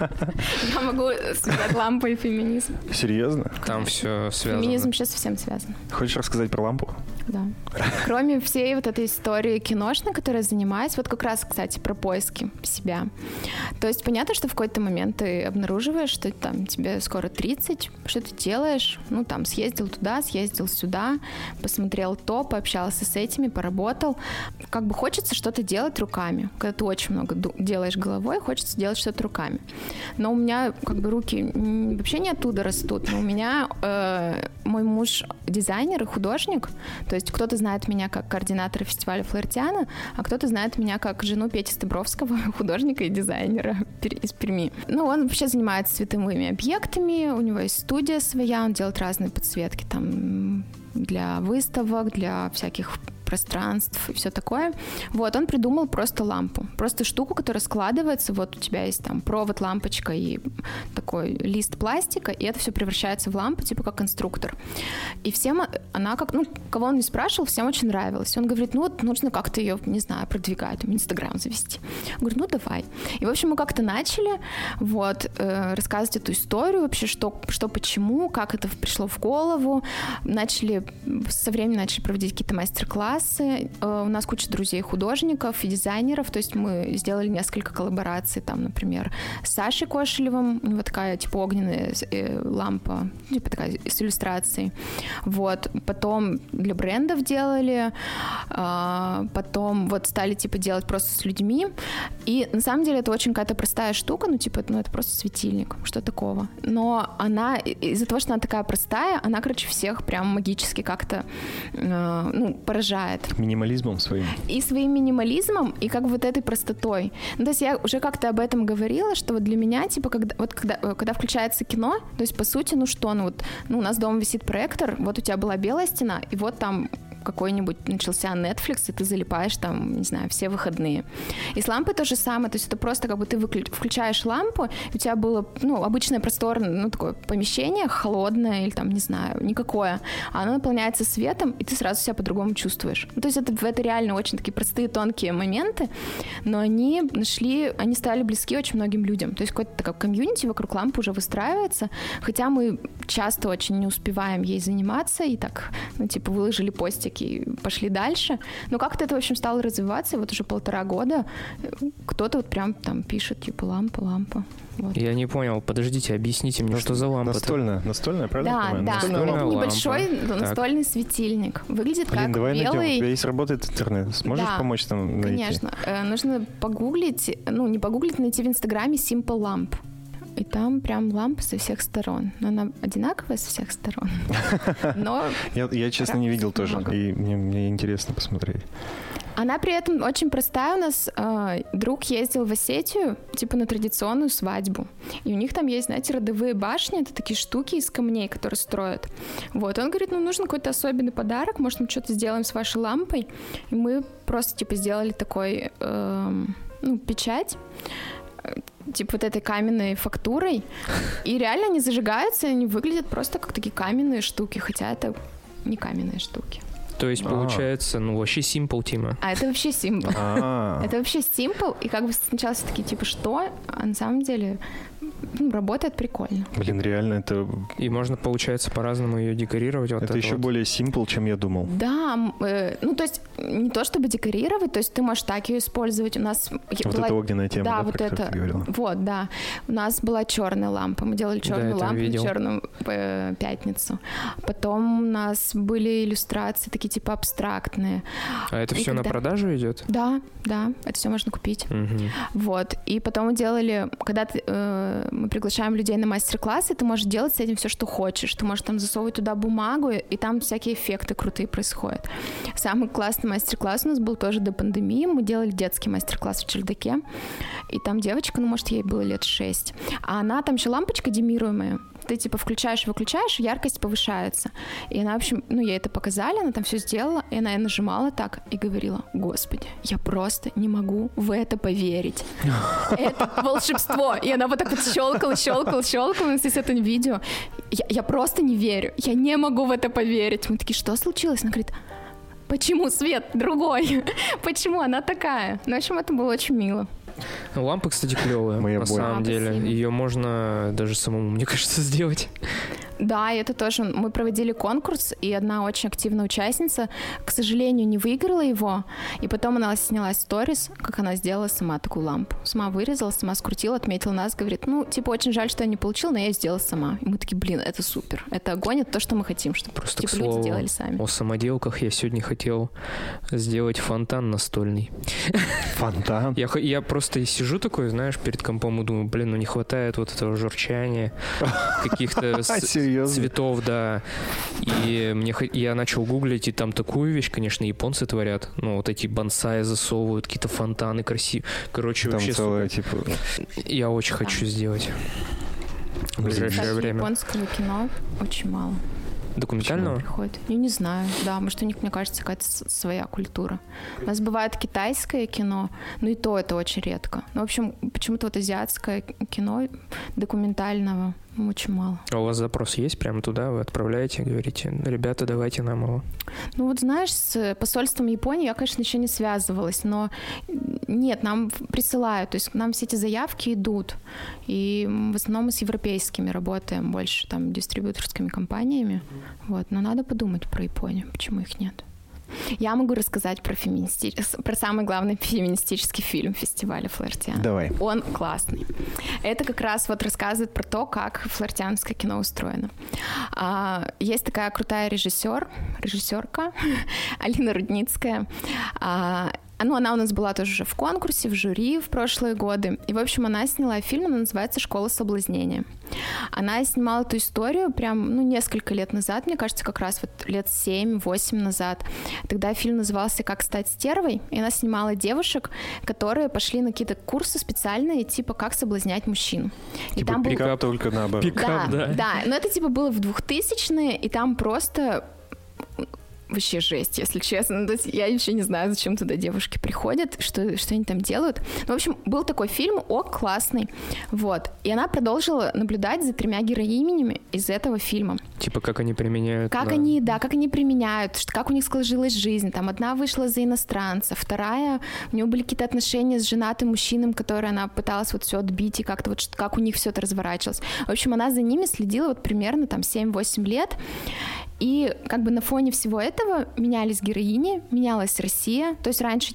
Я могу сказать лампу и феминизм. Серьезно? Там все связано. Феминизм сейчас совсем связан. Хочешь рассказать про лампу? Да. Кроме всей вот этой истории киношной, которой я занимаюсь, вот как раз, кстати, про поиски себя. То есть понятно, что в какой-то момент ты обнаруживаешь, что там тебе скоро 30, что ты делаешь, там съездил туда, съездил сюда, посмотрел то, пообщался с этими, поработал. Как бы хочется что-то делать руками. Когда ты очень много делаешь головой, хочется делать что-то руками. Но у меня как бы руки вообще не оттуда растут. Но у меня мой муж дизайнер и художник. То есть кто-то знает меня как координатора фестиваля Флаертиана, а кто-то знает меня как жену Пети Стыбровского, художника и дизайнера из Перми. Он вообще занимается световыми объектами, у него есть студия своя, он делает разные подсветки там для выставок, для всяких пространств и все такое. Вот, он придумал просто лампу. Просто штуку, которая складывается. Вот у тебя есть там провод, лампочка и такой лист пластика, и это все превращается в лампу, типа как конструктор. И всем она как... кого он не спрашивал, всем очень нравилось. Он говорит, нужно как-то ее, не знаю, продвигать, Инстаграм завести. Я говорю, давай. И, в общем, мы как-то начали рассказывать эту историю вообще, что почему, как это пришло в голову. Со временем начали проводить какие-то мастер-классы. У нас куча друзей художников и дизайнеров, то есть мы сделали несколько коллабораций, там, например, с Сашей Кошелевым, у него такая, типа, огненная лампа, типа такая с иллюстрацией. Вот. Потом для брендов делали, потом стали, типа, делать просто с людьми, и на самом деле это очень какая-то простая штука, это просто светильник, что такого. Но она, из-за того, что она такая простая, она, всех прям магически как-то поражает. Минимализмом своим. И своим минимализмом, и как вот этой простотой. То есть я уже как-то об этом говорила, что вот для меня, типа, когда включается кино, то есть, по сути, у нас дома висит проектор, вот у тебя была белая стена, и вот там какой-нибудь начался Netflix, и ты залипаешь там, не знаю, все выходные. И с лампой то же самое, то есть это просто как бы ты включаешь лампу, и у тебя было, обычное просторное, такое помещение, холодное или там, не знаю, никакое, а оно наполняется светом, и ты сразу себя по-другому чувствуешь. То есть это реально очень такие простые, тонкие моменты, но они стали близки очень многим людям. То есть какой-то такой комьюнити вокруг лампы уже выстраивается, хотя мы часто очень не успеваем ей заниматься, и так, выложили постик и пошли дальше. Но как-то это, в общем, стало развиваться, и вот уже 1,5 года кто-то прям там пишет, типа, лампа. Вот. Я не понял, подождите, объясните мне, что за лампа? Настольная, правильно? Да, настольная небольшой лампа. настольный светильник. Выглядит как давай белый... найдем. У тебя есть работает интернет. Сможешь помочь нам найти? Конечно. Нужно погуглить, не погуглить, найти в Инстаграме Simple Lamp. и там прям лампа со всех сторон. Но она одинаковая со всех сторон. Но я честно, не видел тоже, и мне интересно посмотреть. Она при этом очень простая. У нас друг ездил в Осетию, типа на традиционную свадьбу. И у них там есть, знаете, родовые башни, это такие штуки из камней, которые строят. Вот, он говорит, нужен какой-то особенный подарок, может, мы что-то сделаем с вашей лампой. И мы просто, типа, сделали такой, печать, типа вот этой каменной фактурой. И реально они зажигаются, и они выглядят просто как такие каменные штуки, хотя это не каменные штуки. То есть, получается, вообще симпл тема. А это вообще симпл. Это вообще симпл, и как бы сначала все такие, типа, что? А на самом деле работает прикольно. Блин, реально это... И можно, получается, по-разному ее декорировать. Это еще более симпл, чем я думал. Да, то есть не то чтобы декорировать, то есть ты можешь так ее использовать. У нас вот была... эта огненная тема, да, вот это. Ты говорила. Вот, да. У нас была черная лампа. Мы делали черную лампу на черную пятницу. Потом у нас были иллюстрации такие типа абстрактные. А это все на продажу идет? Да, это все можно купить. Угу. Вот. И потом мы делали, когда мы приглашаем людей на мастер-классы, ты можешь делать с этим все, что хочешь. Ты можешь там засовывать туда бумагу, и там всякие эффекты крутые происходят. Самый классный мастер-класс у нас был тоже до пандемии. Мы делали детский мастер-класс в чердаке. И там девочка, может, ей было лет 6. А она там еще лампочка демируемая. Ты типа включаешь, выключаешь, яркость повышается. И она, в общем, ей это показали, она там все сделала, и она нажимала так и говорила: Господи, я просто не могу в это поверить. Это волшебство. И она вот так вот щелкала. У нас есть это видео. Я просто не верю. Я не могу в это поверить. Мы такие, что случилось? Она говорит: почему свет другой? Почему она такая? В общем, это было очень мило. Лампа, кстати, клевая, на самом деле. Ее можно даже самому, мне кажется, сделать. Да, и это тоже. Мы проводили конкурс, и одна очень активная участница, к сожалению, не выиграла его. И потом она сняла сторис, как она сделала сама такую лампу. Сама вырезала, сама скрутила, отметила нас, говорит, очень жаль, что я не получила, но я ее сделала сама. И мы такие, блин, это супер. Это огонь, это то, что мы хотим, чтобы просто люди делали сами. О самоделках я сегодня хотел сделать фонтан настольный. Фонтан? Я просто сижу такой, знаешь, перед компом и думаю, блин, не хватает вот этого журчания, каких-то цветов, да. И я начал гуглить, и там такую вещь, конечно, японцы творят. Вот эти бонсаи засовывают, какие-то фонтаны красивые. Короче, там вообще целое, супер. Я очень хочу сделать в ближайшее время. Японского кино очень мало. Документального? Приходит. Я не знаю. Да, может, у них, мне кажется, какая-то своя культура. У нас бывает китайское кино, и то это очень редко. В общем, почему-то вот азиатское кино документального очень мало. А у вас запрос есть прямо туда? Вы отправляете, говорите, ребята, давайте нам его. Знаешь, с посольством Японии я, конечно, еще не связывалась, но нет, нам присылают, то есть к нам все эти заявки идут. И в основном мы с европейскими работаем больше, там, дистрибьюторскими компаниями. Но надо подумать про Японию, почему их нет. Я могу рассказать про самый главный феминистический фильм фестиваля Флаэртиан. Давай. Он классный. Это как раз рассказывает про то, как флаэртианское кино устроено. Есть такая крутая режиссерка Алина Рудницкая. Она у нас была тоже уже в конкурсе, в жюри в прошлые годы. И, в общем, она сняла фильм, он называется «Школа соблазнения». Она снимала эту историю прям, несколько лет назад, мне кажется, как раз лет 7-8 назад. Тогда фильм назывался «Как стать стервой», и она снимала девушек, которые пошли на какие-то курсы специальные, типа «Как соблазнять мужчин». И там пикап только наоборот. Пикап, да. Но это типа было в 2000-е, и там просто... Вообще жесть, если честно. Я еще не знаю, зачем туда девушки приходят, что они там делают. В общем, был такой фильм, классный. И она продолжила наблюдать за 3 героинями из этого фильма. Типа, как они применяют. Как они применяют, как у них сложилась жизнь. Там одна вышла за иностранца, вторая, у нее были какие-то отношения с женатым мужчиной, которые она пыталась все отбить, и как-то как у них все это разворачивалось. В общем, она за ними следила примерно 7-8 лет. И как бы на фоне всего этого менялись героини, менялась Россия. То есть раньше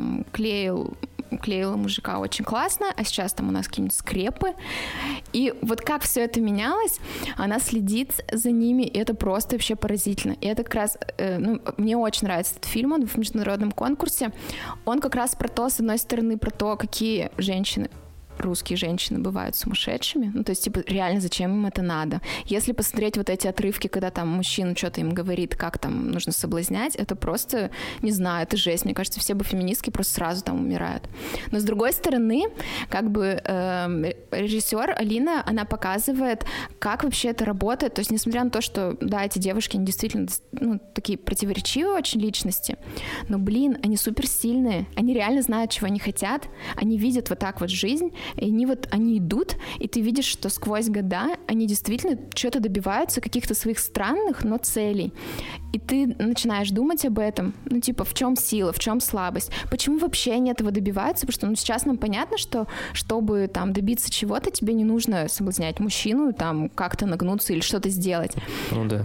клеила мужика очень классно, а сейчас там у нас какие-нибудь скрепы. И как все это менялось, она следит за ними, и это просто вообще поразительно. И это как раз, мне очень нравится этот фильм, он в международном конкурсе. Он как раз про то, с одной стороны, про то, какие женщины русские женщины бывают сумасшедшими. Ну, то есть, типа, реально, зачем им это надо? Если посмотреть вот эти отрывки, когда там мужчина что-то им говорит, как там нужно соблазнять, это просто, не знаю, это жесть. Мне кажется, все бы феминистки просто сразу там умирают. Но, с другой стороны, как бы режиссер Алина, она показывает, как вообще это работает. То есть, несмотря на то, что, да, эти девушки, они действительно, ну, такие противоречивые очень личности, но, блин, они суперсильные, они реально знают, чего они хотят, они видят вот так вот жизнь, и они идут, и ты видишь, что сквозь года они действительно что-то добиваются, каких-то своих странных, но целей. И ты начинаешь думать об этом, ну, типа, в чем сила, в чем слабость, почему вообще они этого добиваются, потому что, ну, сейчас нам понятно, что, чтобы, там, добиться чего-то, тебе не нужно соблазнять мужчину, там, как-то нагнуться или что-то сделать. Ну, да.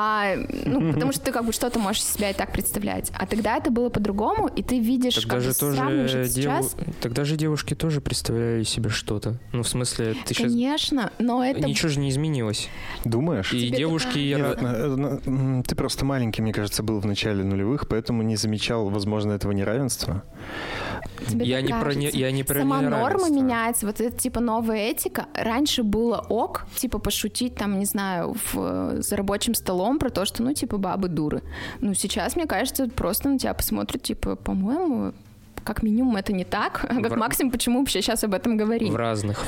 Потому что ты, как бы, что-то можешь себя и так представлять. А тогда это было по-другому, и ты видишь, тогда как бы, сравниваешь сейчас. Тогда же девушки тоже представляли себе что-то. Ну, в смысле, ты сейчас... Конечно, но это... Ничего же не изменилось. Думаешь? И тебе девушки... Ты просто маленький, мне кажется, был в начале нулевых, поэтому не замечал, возможно, этого неравенства. Я не про неравенство. Сама норма меняется, вот это, типа, новая этика. Раньше было ок, типа, пошутить, там, не знаю, за рабочим столом про то, что, ну, типа, бабы дуры. Ну, сейчас, мне кажется, просто на тебя посмотрят, типа, по-моему... Как минимум это не так, а как максимум почему вообще сейчас об этом говорим? В разных.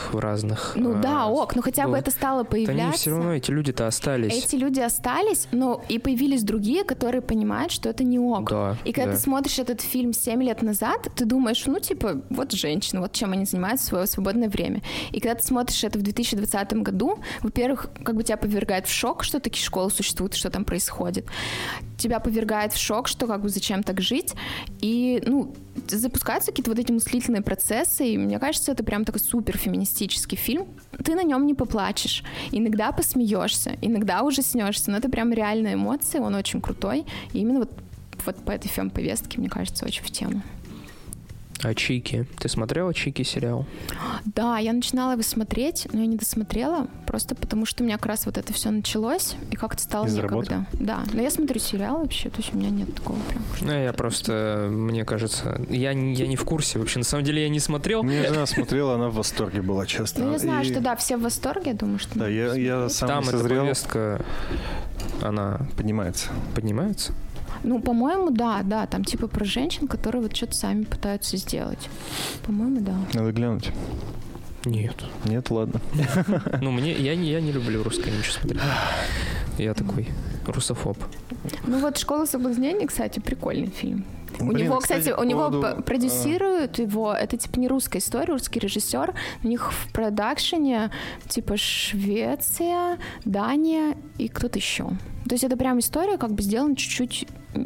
Ну да, ок, ну хотя бы это стало появляться. Они все равно, эти люди-то остались. Эти люди остались, но и появились другие, которые понимают, что это не ок. Да, и когда ты смотришь этот фильм 7 лет назад, ты думаешь, ну типа, вот женщины, вот чем они занимаются в свое свободное время. И когда ты смотришь это в 2020 году, во-первых, как бы тебя повергает в шок, что такие школы существуют, что там происходит. Тебя повергает в шок, что как бы зачем так жить. И, ну, запускаются какие-то вот эти мыслительные процессы, и мне кажется, это прям такой супер феминистический фильм. Ты на нем не поплачешь, иногда посмеешься, иногда ужаснешься, но это прям реальные эмоции, он очень крутой, и именно вот по этой фем-повестке, мне кажется, очень в тему. А «Чики»? Ты смотрела «Чики» сериал? Да, я начинала его смотреть, но я не досмотрела, просто потому что у меня как раз вот это все началось, и как-то стало некогда. Да, но я смотрю сериал вообще, то есть у меня нет такого прям. Ну, я просто, мне кажется, я не в курсе вообще, на самом деле я не смотрел. Мне жена смотрела, она в восторге была, честно. Ну, я знаю, что да, все в восторге, я думаю, что... Да, я сам там созрел. Эта повестка, она... Поднимается? Ну, по-моему, да, там типа про женщин, которые вот что-то сами пытаются сделать. По-моему, да. Надо глянуть. Нет, ладно. Ну, я не люблю русское ничего смотреть. Я такой русофоб. Ну вот «Школа соблазнения», кстати, прикольный фильм. Блин, у него, кстати, у него продюсируют его, это типа не русская история, русский режиссер, у них в продакшене типа Швеция, Дания и кто-то еще. То есть это прям история как бы сделана чуть-чуть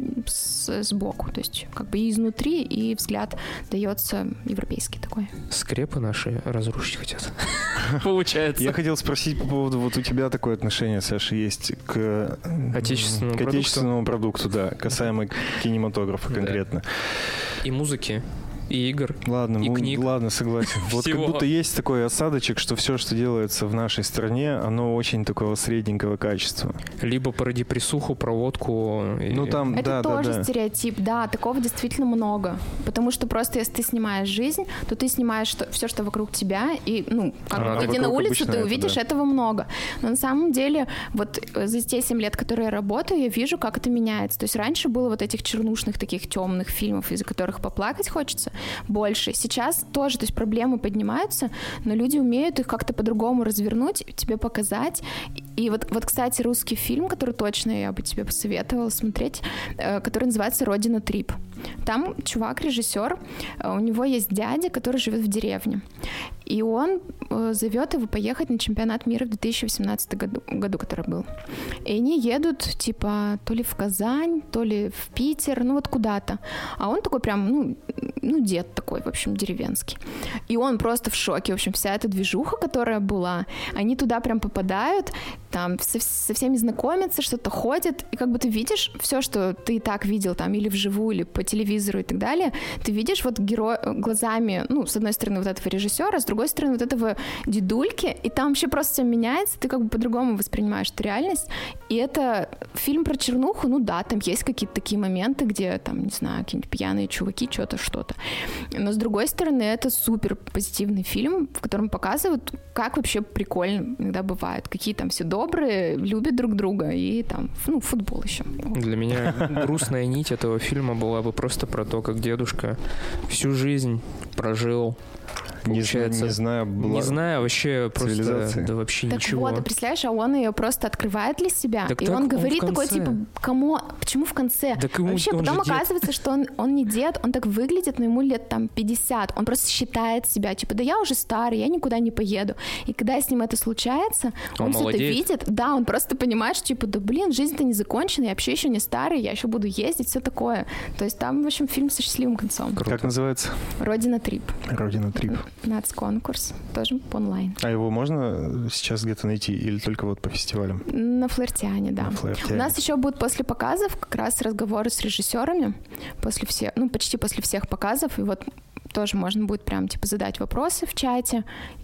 сбоку, то есть как бы и изнутри, и взгляд дается европейский такой. Скрепы наши разрушить хотят. Получается. Я хотел спросить по поводу, вот у тебя такое отношение, Саша, есть к отечественному продукту, да, касаемо кинематографа конкретно. И музыки. И игр, ладно, и книг. Ладно, согласен. Вот как будто есть такой осадочек, что все, что делается в нашей стране, оно очень такого средненького качества. Либо про депрессуху, про водку. Ну, там, это тоже стереотип, да, такого действительно много. Потому что просто если ты снимаешь жизнь, то ты снимаешь все, что вокруг тебя, и, ну, как иди на улицу, ты увидишь этого много. Но на самом деле, вот за те 7 лет, которые я работаю, я вижу, как это меняется. То есть раньше было вот этих чернушных таких темных фильмов, из-за которых поплакать хочется, больше. Сейчас тоже, то есть проблемы поднимаются, но люди умеют их как-то по-другому развернуть, тебе показать. И вот, кстати, русский фильм, который точно я бы тебе посоветовала смотреть, который называется «Родина Трип». Там чувак, режиссер, у него есть дядя, который живет в деревне. И он зовет его поехать на чемпионат мира в 2018 году, который был. И они едут, типа, то ли в Казань, то ли в Питер, ну вот куда-то. А он такой прям, ну дед такой, в общем, деревенский. И он просто в шоке. В общем, вся эта движуха, которая была, они туда прям попадают, там со всеми знакомятся, что-то ходят, и как бы ты видишь все, что ты и так видел там или вживую, или по телевизору и так далее, ты видишь вот героя глазами, ну, с одной стороны, вот этого режиссера, с другой другой стороны, вот этого дедульки, и там вообще просто все меняется, ты как бы по-другому воспринимаешь эту реальность, и это фильм про чернуху, ну да, там есть какие-то такие моменты, где там, не знаю, какие-нибудь пьяные чуваки, что-то, но с другой стороны, это супер позитивный фильм, в котором показывают, как вообще прикольно иногда бывает, какие там все добрые, любят друг друга, и там, ну, футбол еще. Для меня грустная нить этого фильма была бы просто про то, как дедушка всю жизнь прожил, получается, не знаю вообще просто, да вообще так ничего. Вот, ты представляешь, а он ее просто открывает для себя, так и он говорит такой, типа, почему в конце? Так вообще, потом оказывается, дед. Что он не дед, он так выглядит, но ему лет там 50, он просто считает себя, типа, да я уже старый, я никуда не поеду. И когда с ним это случается, он все это видит, да, он просто понимает, что, типа, да блин, жизнь-то не закончена, я вообще еще не старый, я еще буду ездить, все такое. То есть там, в общем, фильм со счастливым концом. Круто. Как называется? «Родина Трип». «Родина Трип». Нацконкурс, тоже онлайн. А его можно сейчас где-то найти или только вот по фестивалям? На Флаертиане, да. У нас еще будут после показов как раз разговоры с режиссерами, почти после всех показов, и вот тоже можно будет прям типа задать вопросы в чате,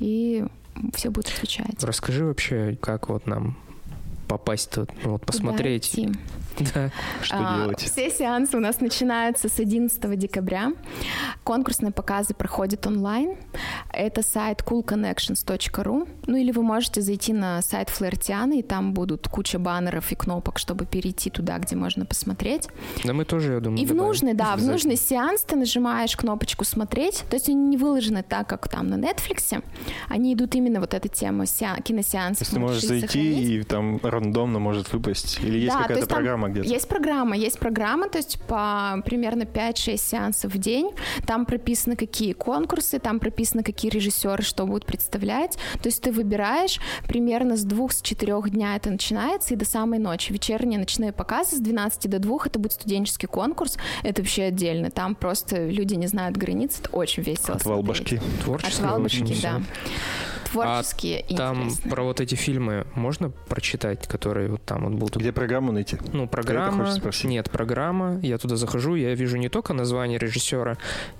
и все будут отвечать. Расскажи вообще, как вот нам попасть-то, вот посмотреть. Да. Что делать? Все сеансы у нас начинаются с 11 декабря. Конкурсные показы проходят онлайн. Это сайт coolconnections.ru. Ну или вы можете зайти на сайт Флаертианы, и там будут куча баннеров и кнопок, чтобы перейти туда, где можно посмотреть. Да мы тоже, я думаю, и в нужный сеанс ты нажимаешь кнопочку «Смотреть». То есть они не выложены так, как там на Netflix. Они идут именно вот эта тема киносеансов. То есть ты можешь зайти, и там рандомно может выпасть? Или есть какая-то программа? Где-то? Есть программа, то есть по примерно 5-6 сеансов в день. Там прописано, какие конкурсы, там прописано, какие режиссеры что будут представлять. То есть ты выбираешь примерно с 2-4 дня это начинается и до самой ночи. Вечерние ночные показы с 12 до 2 это будет студенческий конкурс. Это вообще отдельно. Там просто люди не знают границ. Это очень весело. Отвал башки. Отвал башки, да. Творческие и там интересные. Про вот эти фильмы можно прочитать, которые вот там вот будут? Где программу найти? Ну, программа. Нет, программа. Я туда захожу, я вижу не только название режиссера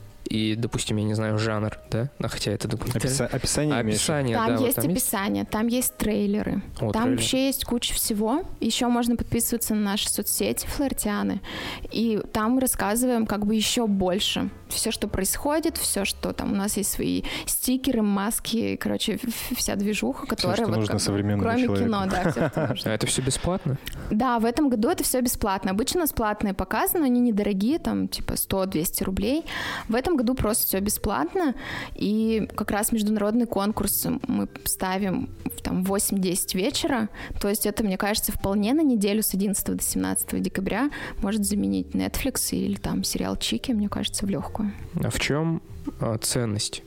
и, допустим, я не знаю, жанр, да? Хотя это документальное. Описание. Там да, есть вот там описание, там есть трейлеры. Там вообще есть куча всего. Еще можно подписываться на наши соцсети Флаертианы. И там мы рассказываем как бы еще больше. Все, что происходит, все, что там у нас есть свои стикеры, маски, короче, вся движуха, которая все, что вот нужно современному кроме человеку. кино, да, все, что нужно. А это все бесплатно? Да, в этом году это все бесплатно. Обычно у нас платные показы, но они недорогие, там типа 100-200 рублей. В этом году просто все бесплатно, и как раз международный конкурс мы ставим там 8-10 вечера, то есть это, мне кажется, вполне на неделю с 11 до 17 декабря может заменить Netflix или там сериал «Чики», мне кажется, в легкую. А в чем ценность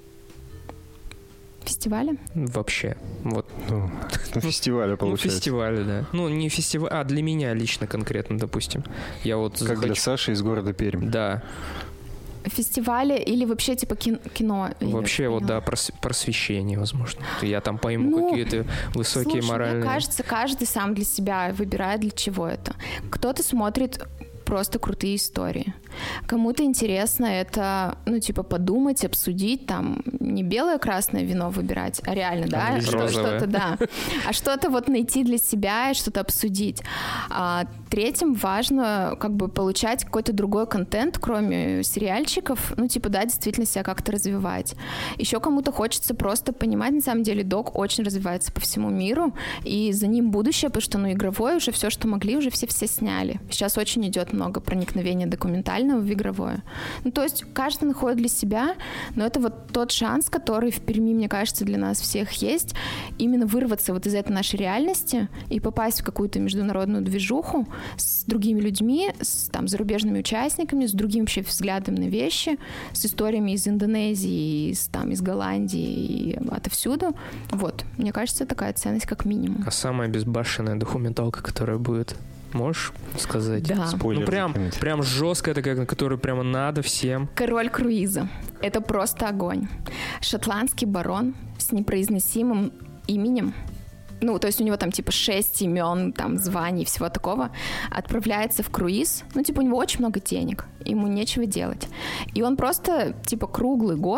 фестиваля? Вообще, вот. Фестиваля, получается. Фестиваля, да. Ну, не фестиваль, а для меня лично конкретно, допустим. Я вот как для Саши из города Пермь. Да. Фестивали или вообще типа кино? Вообще вот, да, просвещение, возможно. Я там пойму какие-то высокие моральные... Мне кажется, каждый сам для себя выбирает, для чего это. Кто-то смотрит просто крутые истории. Кому-то интересно это, подумать, обсудить, там, не белое, красное вино выбирать, а реально, да, что-то, да. А что-то вот найти для себя и что-то обсудить. А третьим важно, получать какой-то другой контент, кроме сериальчиков, действительно себя как-то развивать. Еще кому-то хочется просто понимать, на самом деле, док очень развивается по всему миру, и за ним будущее, потому что, игровое уже все, что могли, уже все сняли. Сейчас очень идет много проникновения документального в игровое. То есть каждый находит для себя, но это вот тот шанс, который в Перми, мне кажется, для нас всех есть, именно вырваться вот из этой нашей реальности и попасть в какую-то международную движуху с другими людьми, с зарубежными участниками, с другим вообще взглядом на вещи, с историями из Индонезии, из Голландии и отовсюду. Вот, мне кажется, такая ценность как минимум. А самая безбашенная документалка, которая будет? Можешь сказать? Да. Спойлер, прям жесткая такая, на которую прямо надо всем. «Король круиза». Это просто огонь. Шотландский барон с непроизносимым именем, то есть у него там 6 имен, званий и всего такого, отправляется в круиз, у него очень много денег, ему нечего делать. И он просто, круглый год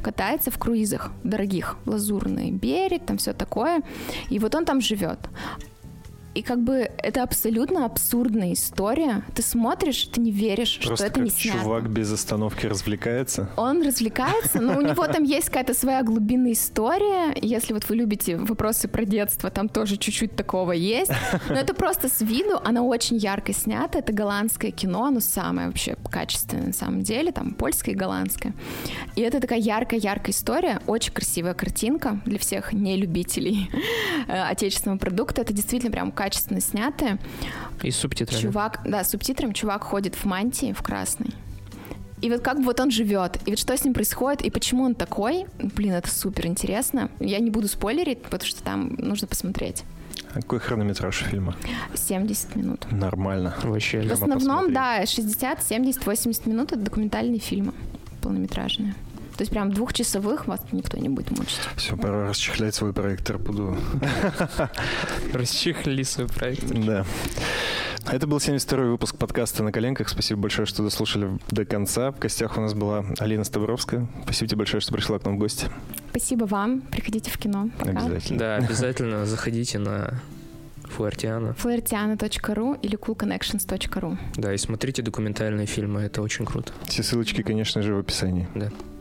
катается в круизах дорогих, Лазурный берег, там все такое, и вот он там живет. И как бы это абсолютно абсурдная история. Ты смотришь, ты не веришь, просто что это не снято. Чувак без остановки развлекается. Он развлекается, но у него там есть какая-то своя глубинная история. Если вот вы любите вопросы про детство, там тоже чуть-чуть такого есть. Но это просто с виду, оно очень ярко снято. Это голландское кино, оно самое вообще качественное на самом деле, там польское и голландское. И это такая яркая-яркая история, очень красивая картинка для всех нелюбителей отечественного продукта. Это действительно прям качественно снятое. И с субтитрами. Чувак, да, с субтитрами. Чувак ходит в мантии, в красной. И вот как бы вот он живет, и вот что с ним происходит, и почему он такой, блин, это супер интересно. Я не буду спойлерить, потому что там нужно посмотреть. А какой хронометраж фильма? 70 минут. Нормально. Вообще. В основном, да, 60, 70, 80 минут — это документальные фильмы полнометражные. То есть прям 2-часовых вас никто не будет мучить. Все, пора расчехлять свой проектор. Буду... Расчехли свой проектор. Да. Это был 72-й выпуск подкаста «На коленках». Спасибо большое, что дослушали до конца. В гостях у нас была Алина Ставровская. Спасибо тебе большое, что пришла к нам в гости. Спасибо вам. Приходите в кино. Пока. Обязательно. Да, обязательно заходите на Флаертиана. Флаертиана.ру или coolconnections.ru. Да, и смотрите документальные фильмы, это очень круто. Все ссылочки, конечно же, в описании. Да.